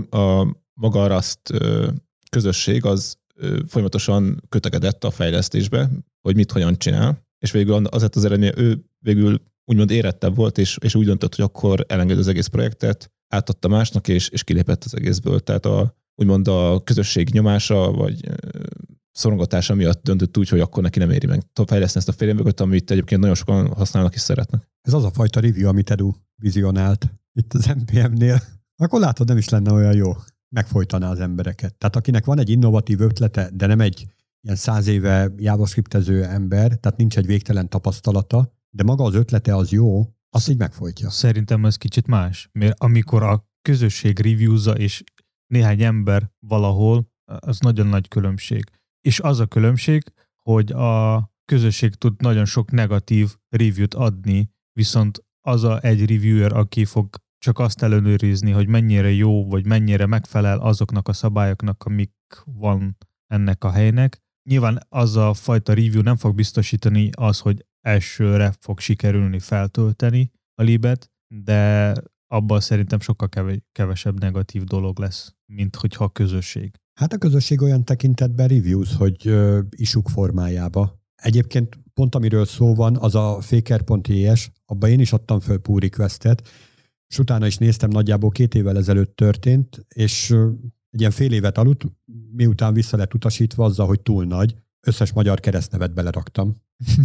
maga a Rust közösség az folyamatosan kötekedett a fejlesztésbe, hogy mit hogyan csinál, és végül azért az eredmény, ő végül úgymond érettebb volt, és úgy döntött, hogy akkor elenged az egész projektet, átadta másnak, és kilépett az egészből. Tehát úgymond a közösség nyomása, vagy szorongatása miatt döntött úgy, hogy akkor neki nem éri meg fejleszteni ezt a frameworkot, amit egyébként nagyon sokan használnak és szeretnek. Ez az a fajta review, amit Edu vizionált itt az NPM-nél. Akkor látod, nem is lenne olyan jó. Megfojtaná az embereket. Tehát akinek van egy innovatív ötlete, de nem egy ilyen 100 éve JavaScriptező ember, tehát nincs egy végtelen tapasztalata, de maga az ötlete az jó, azt így megfojtja. Szerintem ez kicsit más, mert amikor a közösség reviewza, és néhány ember valahol, az nagyon nagy különbség. És az a különbség, hogy a közösség tud nagyon sok negatív review-t adni, viszont az egy reviewer, aki fog csak azt ellenőrizni, hogy mennyire jó, vagy mennyire megfelel azoknak a szabályoknak, amik van ennek a helynek. Nyilván az a fajta review nem fog biztosítani az, hogy elsőre fog sikerülni feltölteni a libet, de abban szerintem sokkal kevesebb negatív dolog lesz, mint hogyha a közösség. Hát a közösség olyan tekintetben reviews, hogy isuk formájába. Egyébként pont amiről szó van, az a faker.js, abban én is adtam föl pull requestet, és utána is néztem, nagyjából 2 évvel ezelőtt történt, és egy ilyen fél évet aludt, miután vissza lett utasítva azzal, hogy túl nagy, összes magyar keresztnevet beleraktam.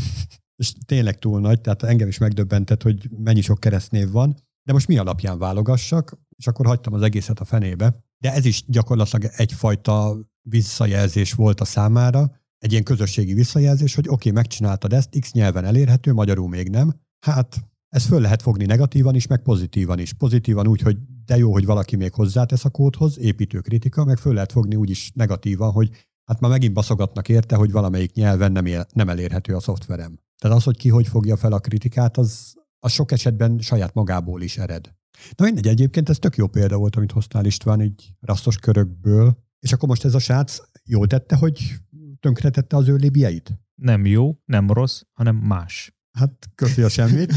És tényleg túl nagy, tehát engem is megdöbbentett, hogy mennyi sok keresztnév van, de most mi alapján válogassak, és akkor hagytam az egészet a fenébe. De ez is gyakorlatilag egyfajta visszajelzés volt a számára, egy ilyen közösségi visszajelzés, hogy oké, megcsináltad ezt, X nyelven elérhető, magyarul még nem. Hát ezt föl lehet fogni negatívan is, meg pozitívan is. Pozitívan úgy, hogy de jó, hogy valaki még hozzátesz a kódhoz, építő kritika, meg föl lehet fogni úgy is negatívan, hogy hát már megint baszogatnak érte, hogy valamelyik nyelven nem elérhető a szoftverem. Tehát az, hogy ki hogy fogja fel a kritikát, az sok esetben saját magából is ered. Na mindegy, egyébként ez tök jó példa volt, amit hoztál István, így rasztos körökből. És akkor most ez a srác jól tette, hogy tönkretette az ő libieit? Nem jó, nem rossz, hanem más. Hát köszi a semmit.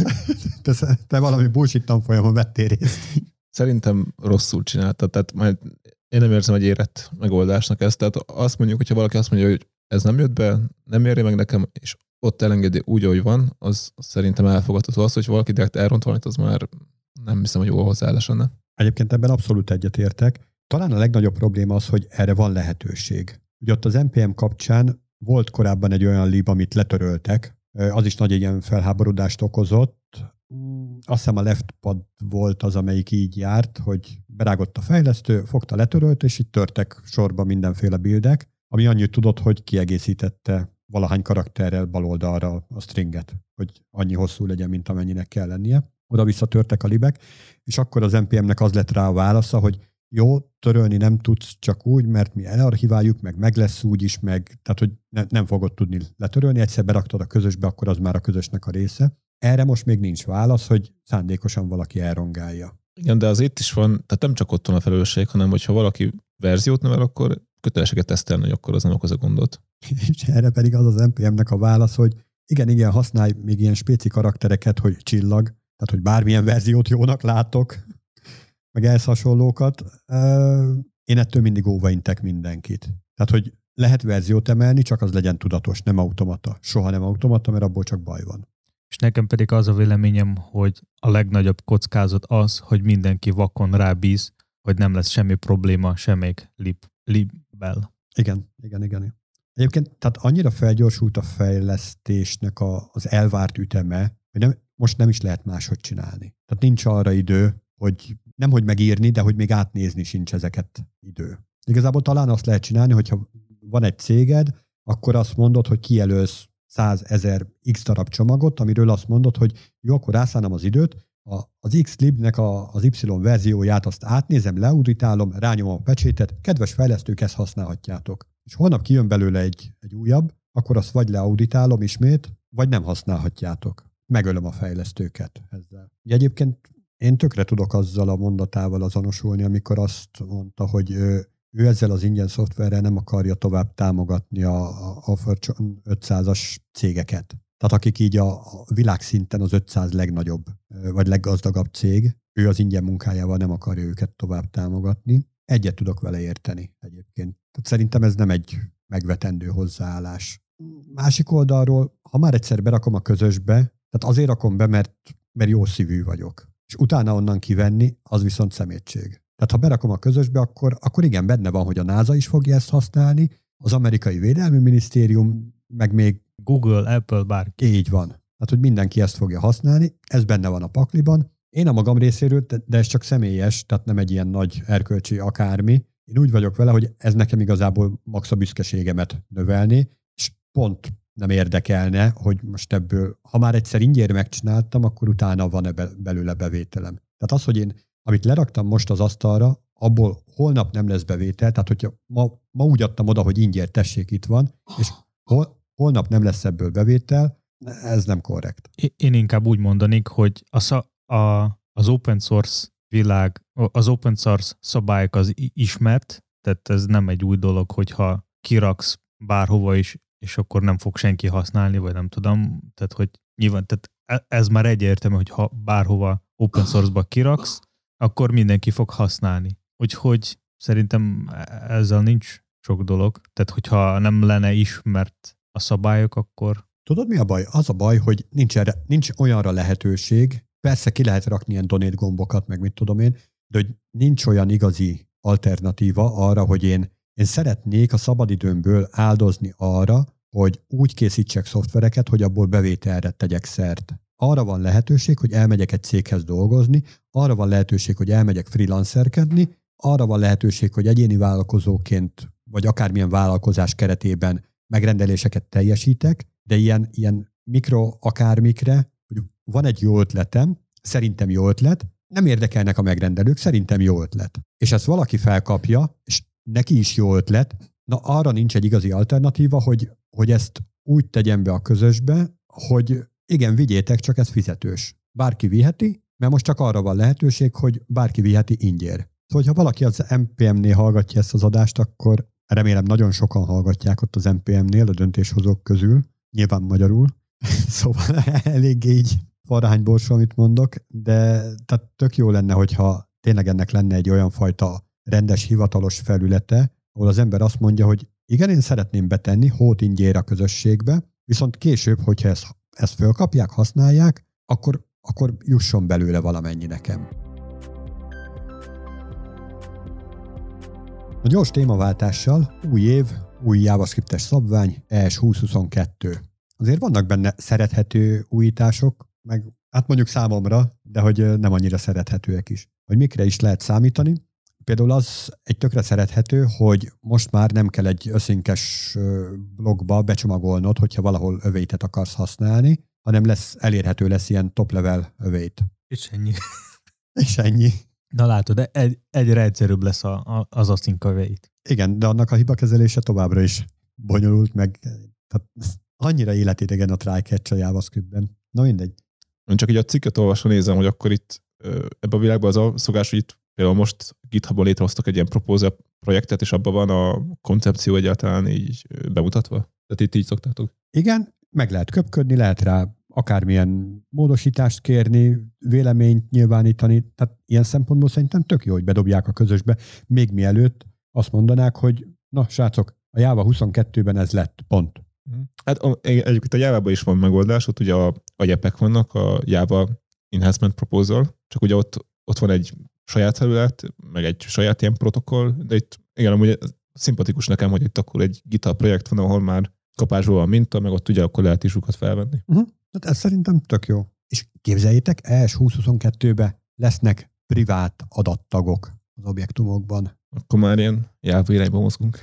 Te valami bullshit tanfolyamon vettél részt. Szerintem rosszul csinálta. Tehát majd én nem érzem egy érett megoldásnak ezt. Tehát azt mondjuk, hogyha valaki azt mondja, hogy ez nem jött be, nem éri meg nekem, és ott elengedi úgy, ahogy van, az szerintem elfogadható. Az, hogy valaki direkt elront valamit, az már nem hiszem, hogy jó hozzáállás lenne. Egyébként ebben abszolút egyetértek. Talán a legnagyobb probléma az, hogy erre van lehetőség. Ugye ott az NPM kapcsán volt korábban egy olyan lib, amit letöröltek, az is nagy ilyen felháborodást okozott. Azt hiszem a leftpad volt az, amelyik így járt, hogy berágott a fejlesztő, fogta, letörölt, és itt törtek sorba mindenféle buildek, ami annyit tudott, hogy kiegészítette valahány karakterrel bal oldalra a stringet, hogy annyi hosszú legyen, mint amennyinek kell lennie. Oda-vissza törtek a libek, és akkor az NPM-nek az lett rá a válasza, hogy jó, törölni nem tudsz csak úgy, mert mi elarchiváljuk, meg lesz úgy is, tehát hogy nem fogod tudni letörölni, egyszer beraktad a közösbe, akkor az már a közösnek a része. Erre most még nincs válasz, hogy szándékosan valaki elrongálja. Igen, de az itt is van, tehát nem csak ott van a felelősség, hanem hogyha valaki verziót nevel, akkor köteleseket tesztelni, hogy akkor az nem okoz a gondot. És erre pedig az NPM-nek a válasz, hogy igen, használj még ilyen spéci karaktereket, hogy csillag, tehát hogy bármilyen verziót jónak látok, meg ehhez hasonlókat. Én ettől mindig óvaintek mindenkit. Tehát, hogy lehet verziót emelni, csak az legyen tudatos, nem automata. Soha nem automata, mert abból csak baj van. És nekem pedig az a véleményem, hogy a legnagyobb kockázat az, hogy mindenki vakon rábíz, hogy nem lesz semmi probléma semmelyik libbel. Igen. Egyébként tehát annyira felgyorsult a fejlesztésnek az elvárt üteme, hogy most nem is lehet máshogy csinálni. Tehát nincs arra idő, hogy nemhogy megírni, de hogy még átnézni sincs ezeket idő. Igazából talán azt lehet csinálni, hogyha van egy céged, akkor azt mondod, hogy kijelölsz 100 000 X darab csomagot, amiről azt mondod, hogy jó, akkor rászállom az időt, az X-libnek az Y verzióját azt átnézem, leauditálom, rányomom a pecsétet, kedves fejlesztők, ezt használhatjátok. És holnap kijön belőle egy újabb, akkor azt vagy leauditálom ismét, vagy nem használhatjátok. Megölöm a fejlesztőket ezzel. Egyébként én tökre tudok azzal a mondatával azonosulni, amikor azt mondta, hogy ő ezzel az ingyen szoftverrel nem akarja tovább támogatni a Fortune 500-as cégeket. Tehát akik így a világszinten az 500 legnagyobb, vagy leggazdagabb cég, ő az ingyen munkájával nem akarja őket tovább támogatni. Egyet tudok vele érteni egyébként. Tehát szerintem ez nem egy megvetendő hozzáállás. Másik oldalról, ha már egyszer berakom a közösbe, tehát azért rakom be, mert jó szívű vagyok. És utána onnan kivenni, az viszont szemétség. Tehát ha berakom a közösbe, akkor igen, benne van, hogy a NASA is fogja ezt használni, az amerikai védelmi minisztérium, meg még Google, Apple, bárki. Így van. Tehát, hogy mindenki ezt fogja használni, ez benne van a pakliban. Én a magam részéről, de ez csak személyes, tehát nem egy ilyen nagy erkölcsi akármi. Én úgy vagyok vele, hogy ez nekem igazából max a büszkeségemet növelni, és pont nem érdekelne, hogy most ebből, ha már egyszer ingyen megcsináltam, akkor utána van-e belőle bevételem. Tehát az, hogy én, amit leraktam most az asztalra, abból holnap nem lesz bevétel, tehát hogyha ma úgy adtam oda, hogy ingyen tessék, itt van, és holnap nem lesz ebből bevétel, ez nem korrekt. Én inkább úgy mondanék, hogy az open source világ, az open source szabályok az ismert, tehát ez nem egy új dolog, hogyha kiraksz bárhova is, és akkor nem fog senki használni, vagy nem tudom, tehát hogy nyilván, tehát ez már egyértelmű, hogy ha bárhova open source-ba kiraksz, akkor mindenki fog használni. Úgyhogy szerintem ezzel nincs sok dolog, tehát hogyha nem lenne ismert a szabályok, akkor... Tudod, mi a baj? Az a baj, hogy nincs olyanra lehetőség, persze ki lehet rakni ilyen donate gombokat, meg mit tudom én, de hogy nincs olyan igazi alternatíva arra, hogy én szeretnék a szabadidőmből áldozni arra, hogy úgy készítsek szoftvereket, hogy abból bevételre tegyek szert. Arra van lehetőség, hogy elmegyek egy céghez dolgozni, arra van lehetőség, hogy elmegyek freelancerkedni, arra van lehetőség, hogy egyéni vállalkozóként, vagy akármilyen vállalkozás keretében megrendeléseket teljesítek, de ilyen mikro akármikre, hogy van egy jó ötletem, szerintem jó ötlet, nem érdekelnek a megrendelők, szerintem jó ötlet. És ezt valaki felkapja, és neki is jó ötlet, na arra nincs egy igazi alternatíva, hogy ezt úgy tegyem be a közösbe, hogy igen, vigyétek, csak ez fizetős. Bárki viheti, mert most csak arra van lehetőség, hogy bárki viheti ingyér. Szóval, ha valaki az NPM-nél hallgatja ezt az adást, akkor remélem nagyon sokan hallgatják ott az NPM-nél, a döntéshozók közül, nyilván magyarul, szóval eléggé így farhányborsó, amit mondok, de tehát tök jó lenne, hogyha tényleg ennek lenne egy olyan fajta rendes, hivatalos felülete, ahol az ember azt mondja, hogy igen, én szeretném betenni hót ingyér a közösségbe, viszont később, hogyha ezt fölkapják, használják, akkor jusson belőle valamennyi nekem. A gyors témaváltással új év, új JavaScript-es szabvány, ES 2022. Azért vannak benne szerethető újítások, meg hát mondjuk számomra, de hogy nem annyira szerethetőek is. Hogy mikre is lehet számítani. Például az egy tökre szerethető, hogy most már nem kell egy async-es blogba becsomagolnod, hogyha valahol await-et akarsz használni, hanem elérhető lesz ilyen top-level await. És ennyi. És ennyi. Na látod, egyre egyszerűbb lesz az async await. Igen, de annak a hibakezelése továbbra is bonyolult, meg tehát annyira életidegen a try-catch a JavaScriptben. Na mindegy. Én csak így a cikket olvasva nézem, hogy akkor itt ebben a világban az a szokás, hogy itt például most GitHubon létrehoztak egy ilyen proposal projektet, és abban van a koncepció egyáltalán így bemutatva? Tehát itt így szoktátok? Igen, meg lehet köpködni, lehet rá akármilyen módosítást kérni, véleményt nyilvánítani, tehát ilyen szempontból szerintem tök jó, hogy bedobják a közösbe, még mielőtt azt mondanák, hogy na srácok, a Java 22-ben ez lett, pont. Hát egyébként a Java-ban is van megoldás, ott ugye a JEP-ek vannak, a Java Enhancement Proposal, csak ugye ott van egy saját felület, meg egy saját ilyen protokoll, de itt igen, amúgy szimpatikus nekem, hogy itt akkor egy GitHub projekt van, ahol már kapásból van minta, meg ott ugye akkor lehet is sokat felvenni. Hát ez szerintem tök jó. És képzeljétek, ES 2022-ben lesznek privát adattagok az objektumokban. Akkor már ilyen Java irányba mozgunk.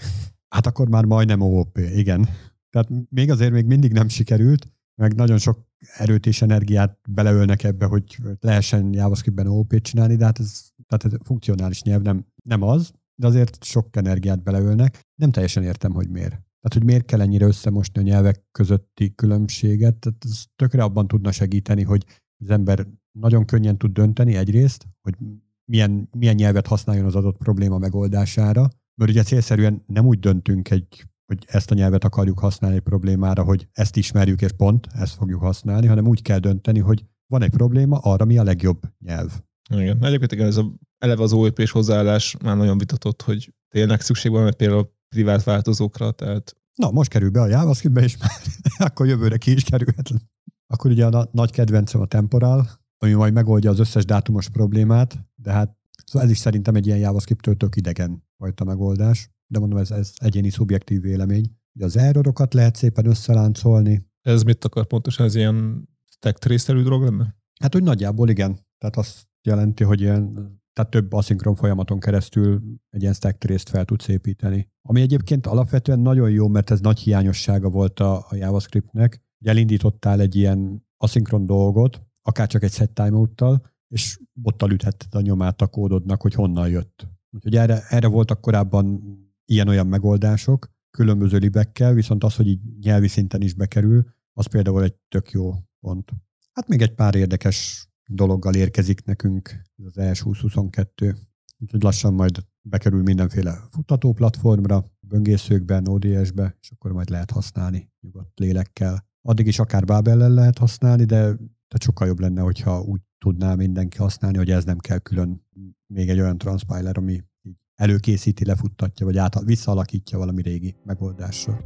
Hát akkor már majdnem OOP, igen. Tehát még mindig nem sikerült, meg nagyon sok erőt és energiát beleölnek ebbe, hogy lehessen JavaScriptben OOP-t csinálni, de hát ez funkcionális nyelv nem az, de azért sok energiát beleölnek. Nem teljesen értem, hogy miért. Tehát, hogy miért kell ennyire összemosni a nyelvek közötti különbséget. Tehát ez tökre abban tudna segíteni, hogy az ember nagyon könnyen tud dönteni egyrészt, hogy milyen nyelvet használjon az adott probléma megoldására, mert ugye célszerűen nem úgy döntünk, hogy ezt a nyelvet akarjuk használni egy problémára, hogy ezt ismerjük és pont, ezt fogjuk használni, hanem úgy kell dönteni, hogy van egy probléma, arra mi a legjobb nyelv. Igen. Egyébként igen, eleve az OOP-s hozzáállás már nagyon vitatott, hogy tényleg szükség van, mert például a privát változókra, tehát... Na, most kerül be a JavaScriptbe, és már akkor jövőre ki is kerülhet. Akkor ugye a nagy kedvencem a temporal, ami majd megoldja az összes dátumos problémát, de hát szóval ez is szerintem egy ilyen JavaScript-től tök idegen fajta megoldás, de mondom, ez egyéni szubjektív vélemény. Ugye az errorokat lehet szépen összeláncolni. Ez mit akar pontosan? Ez ilyen stack trace-szerű dolog lenne? Hát úgy nagyjából igen. Tehát azt jelenti, hogy tehát több aszinkron folyamaton keresztül egy ilyen stack trace-t fel tudsz építeni. Ami egyébként alapvetően nagyon jó, mert ez nagy hiányossága volt a JavaScriptnek. Ugye elindítottál egy ilyen aszinkron dolgot, akár csak egy set timeout-tal, és bottal üthetted a nyomát a kódodnak, hogy honnan jött. Úgyhogy erre voltak korábban ilyen-olyan megoldások, különböző libekkel, viszont az, hogy így nyelvi szinten is bekerül, az például egy tök jó pont. Hát még egy pár érdekes dologgal érkezik nekünk az ES 2022, úgyhogy lassan majd bekerül mindenféle futtató platformra, böngészőkbe, Node.js-be, és akkor majd lehet használni nyugodt lélekkel. Addig is akár Babel-el lehet használni, de sokkal jobb lenne, hogyha úgy tudná mindenki használni, hogy ez nem kell külön még egy olyan transpiler, ami előkészíti, lefuttatja, vagy visszaalakítja valami régi megoldásra.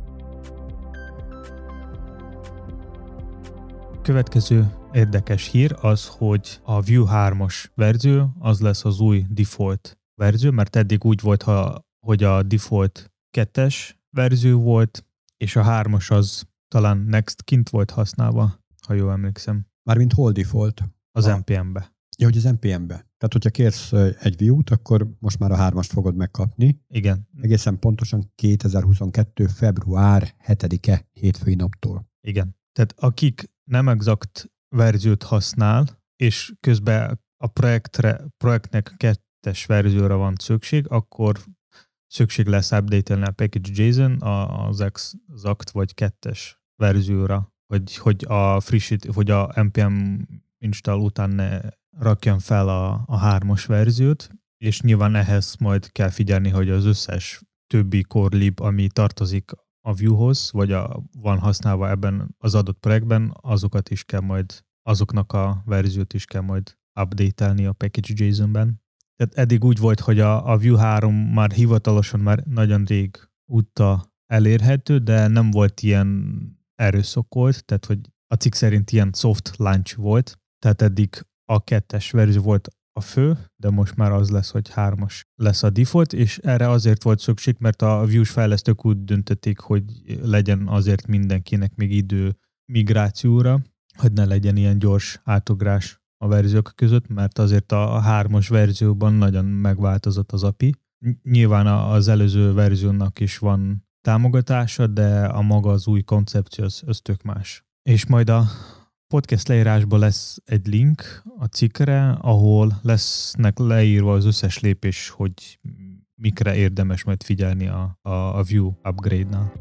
Következő érdekes hír az, hogy a Vue 3-as verzió az lesz az új default verzió, mert eddig úgy volt, hogy a default 2-es verzió volt, és a 3-as az talán next kint volt használva, ha jól emlékszem. Mármint hol default? Az NPM-be. Ja, hogy az NPM-be. Tehát, hogyha kérsz egy Vue-t, akkor most már a 3-ast fogod megkapni. Igen. Egészen pontosan 2022. február 7-e hétfői naptól. Igen. Tehát akik nem exakt verziót használ, és közben a projektnek 2-es verzióra van szükség, akkor szükség lesz update-elni a package.json az exakt vagy 2-es verzióra, hogy a npm install után ne rakjon fel a 3-as verziót, és nyilván ehhez majd kell figyelni, hogy az összes többi core lib, ami tartozik a Vue-hoz, vagy van használva ebben az adott projektben, azoknak a verziót is kell majd update-elni a package.json-ben. Tehát eddig úgy volt, hogy a Vue 3 már hivatalosan már nagyon rég óta elérhető, de nem volt ilyen erőszakolt, tehát hogy a cikk szerint ilyen soft launch volt, tehát eddig a 2-es verzió volt a fő, de most már az lesz, hogy 3-as lesz a default, és erre azért volt szükség, mert a Vue-s fejlesztők úgy döntötték, hogy legyen azért mindenkinek még idő migrációra, hogy ne legyen ilyen gyors átugrás a verziók között, mert azért a 3-as verzióban nagyon megváltozott az API. Nyilván az előző verziónak is van támogatása, de a maga az új koncepció az tök más. És majd a podcast leírásban lesz egy link a cikkre, ahol lesznek leírva az összes lépés, hogy mikre érdemes majd figyelni a Vue upgrade-nál.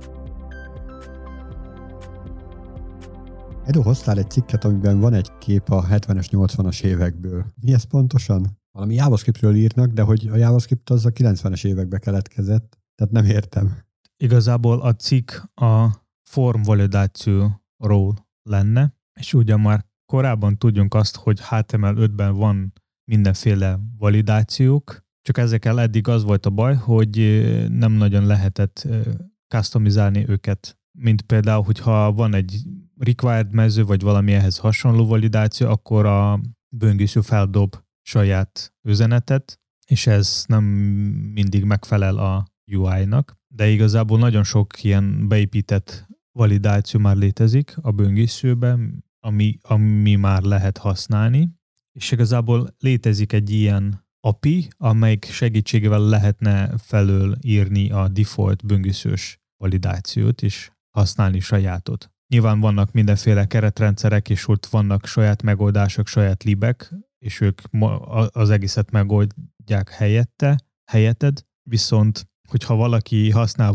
Edo, hoztál egy cikket, amiben van egy kép a 70-es, 80-as évekből. Mi ez pontosan? Valami JavaScriptről írnak, de hogy a JavaScript az a 90-es évekbe keletkezett, tehát nem értem. Igazából a cikk a form validációról lenne, és ugye már korábban tudjunk azt, hogy HTML5-ben van mindenféle validációk, csak ezekkel eddig az volt a baj, hogy nem nagyon lehetett customizálni őket. Mint például, hogyha van egy required mező, vagy valami ehhez hasonló validáció, akkor a böngésző feldob saját üzenetet, és ez nem mindig megfelel a UI-nak. De igazából nagyon sok ilyen beépített validáció már létezik a böngészőben, ami már lehet használni, és igazából létezik egy ilyen API, amelyik segítségével lehetne felől írni a default böngészős validációt és használni sajátot. Nyilván vannak mindenféle keretrendszerek, és ott vannak saját megoldások, saját libek, és ők az egészet megoldják helyetted, viszont hogyha valaki használ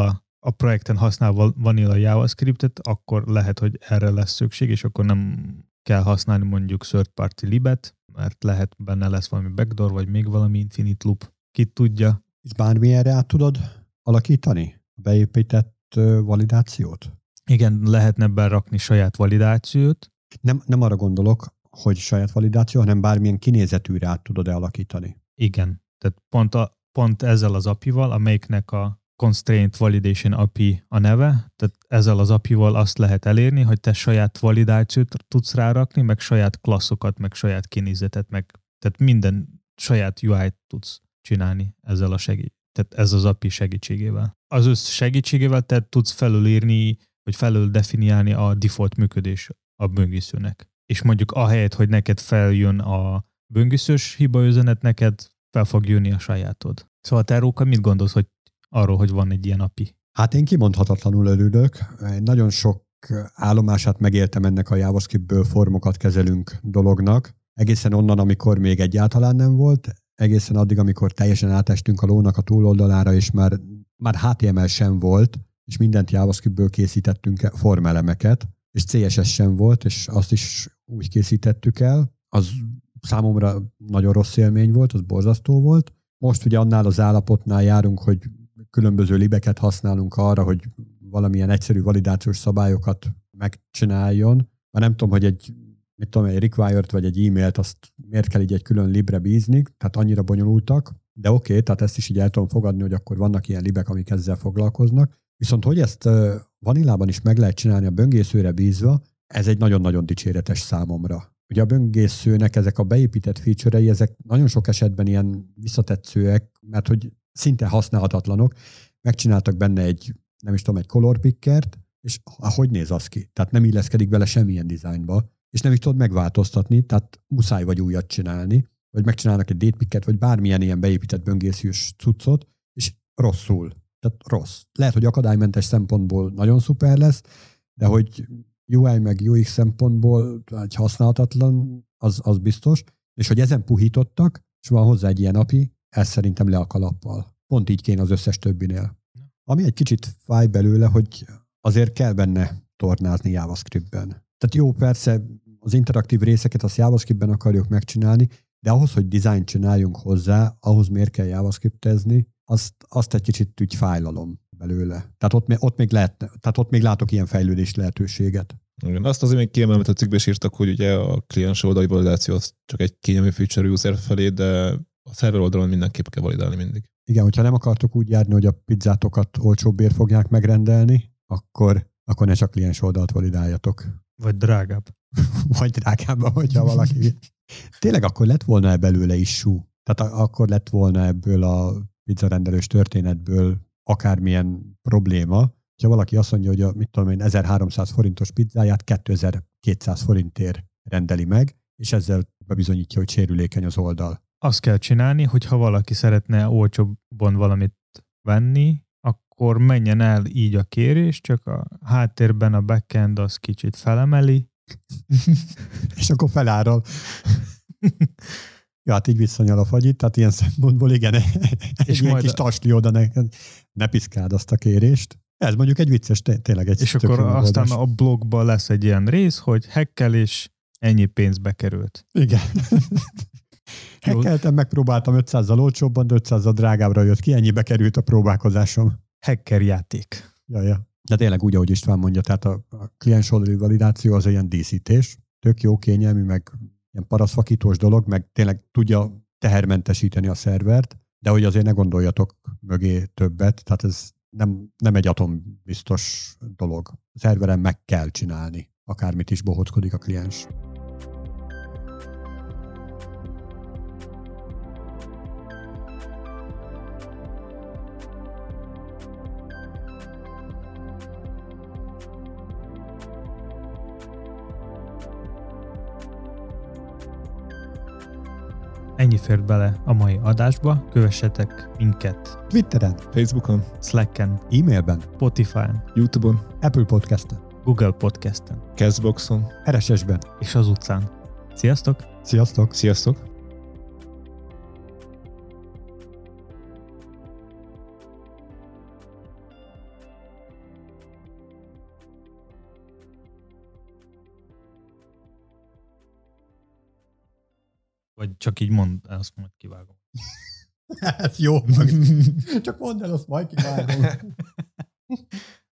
a projekten használ vanilla JavaScriptet, akkor lehet, hogy erre lesz szükség, és akkor nem kell használni mondjuk third party libet, mert lehet benne lesz valami backdoor, vagy még valami infinite loop. Ki tudja. És bármilyenre át tudod alakítani a beépített validációt? Igen, lehetne berakni saját validációt. Nem arra gondolok, hogy saját validáció, hanem bármilyen kinézetűre át tudod alakítani. Igen, tehát pont ezzel az API-val, amelyiknek a Constraint Validation API a neve, tehát ezzel az API-val azt lehet elérni, hogy te saját validációt tudsz rárakni, meg saját klasszokat, meg saját kinézetet, tehát minden saját UI-t tudsz csinálni ezzel tehát ez az API segítségével. Az össz segítségével te tudsz felülírni, vagy felül definiálni a default működés a böngészőnek. És mondjuk ahelyett, hogy neked feljön a böngészős hibaüzenet, neked fel fog jönni a sajátod. Szóval te, Róka, mit gondolsz, hogy arról, hogy van egy ilyen API? Hát én kimondhatatlanul örülök. Nagyon sok állomását megéltem ennek a JavaScriptből formokat kezelünk dolognak. Egészen onnan, amikor még egyáltalán nem volt, egészen addig, amikor teljesen átestünk a lónak a túloldalára, és már HTML sem volt, és mindent JavaScriptből készítettünk formelemeket, és CSS sem volt, és azt is úgy készítettük el. Az számomra nagyon rossz élmény volt, az borzasztó volt. Most ugye annál az állapotnál járunk, hogy különböző libeket használunk arra, hogy valamilyen egyszerű validációs szabályokat megcsináljon. Már nem tudom, hogy egy required vagy egy e-mailt, azt miért kell így egy külön libre bízni, tehát annyira bonyolultak, de oké, tehát ezt is így el tudom fogadni, hogy akkor vannak ilyen libek, amik ezzel foglalkoznak. Viszont hogy ezt vanillában is meg lehet csinálni a böngészőre bízva, ez egy nagyon-nagyon dicséretes számomra. Ugye a böngészőnek ezek a beépített feature-ei, ezek nagyon sok esetben ilyen visszatetszőek, mert hogy szinte használhatatlanok. Megcsináltak benne egy color pickert, és hogy néz az ki? Tehát nem illeszkedik bele semmilyen dizájnba, és nem is tudod megváltoztatni, tehát muszáj vagy újat csinálni, vagy megcsinálnak egy date pickert, vagy bármilyen ilyen beépített böngészős cuccot, és rosszul. Tehát rossz. Lehet, hogy akadálymentes szempontból nagyon szuper lesz, de hogy UI meg UX szempontból egy használhatatlan, az biztos, és hogy ezen puhítottak, és van hozzá egy ilyen API, ez szerintem le a kalappal. Pont így kéne az összes többinél. Ami egy kicsit fáj belőle, hogy azért kell benne tornázni JavaScriptben. Tehát jó, persze az interaktív részeket azt JavaScriptben akarjuk megcsinálni, de ahhoz, hogy design csináljunk hozzá, ahhoz miért kell JavaScriptezni, azt egy kicsit úgy fájlalom belőle. Tehát ott még látok ilyen fejlődés lehetőséget. Igen, azt azért még kiemelem, amit a cikkben is írtak, hogy ugye a kliens oldali validáció az csak egy kényelmi feature user felé, de a szerver oldalon mindenképp kell validálni mindig. Igen, hogyha nem akartok úgy járni, hogy a pizzátokat olcsóbbért fogják megrendelni, akkor ne csak kliens oldalt validáljatok. Vagy drágább. Vagy drágább, hogyha valaki... Tényleg akkor lett volna belőle issue. Tehát akkor lett volna ebből a pizzarendelős történetből akármilyen probléma, ha valaki azt mondja, hogy 1300 forintos pizzáját 2200 forintért rendeli meg, és ezzel bebizonyítja, hogy sérülékeny az oldal. Azt kell csinálni, hogy ha valaki szeretne olcsóbban valamit venni, akkor menjen el így a kérés, csak a háttérben a backend az kicsit felemeli. És akkor feláral. Ja, hát így visszanyal a fagyit, tehát ilyen szempontból igen, és ilyen kis tasli oda, ne piszkáld azt a kérést. Ez mondjuk egy vicces, tényleg egy. És akkor aztán a blogban lesz egy ilyen rész, hogy hackelés ennyi pénzbe került. Igen. Hackeltem, megpróbáltam 500-zal olcsóbban, de 500-zal drágábbra jött ki, ennyibe került a próbálkozásom. Hacker játék. Ja. De tényleg úgy, ahogy István mondja, tehát a kliens oldali validáció az ilyen díszítés, tök jó, kényelmi, meg ilyen parasztvakítós dolog, meg tényleg tudja tehermentesíteni a szervert, de hogy azért ne gondoljatok mögé többet, tehát ez nem egy atombiztos dolog. A szerveren meg kell csinálni, akármit is bohockodik a kliens. Ennyi fért bele a mai adásba, kövessetek minket Twitteren, Facebookon, Slacken, e-mailben, Spotify-n, YouTube-on, Apple Podcasten, Google Podcasten Castboxon. RSS-ben. és az utcán. Sziasztok! Sziasztok! Sziasztok! Vagy csak így mondd, azt majd kivágom. Ez jó. Csak mondd el, azt majd kivágom.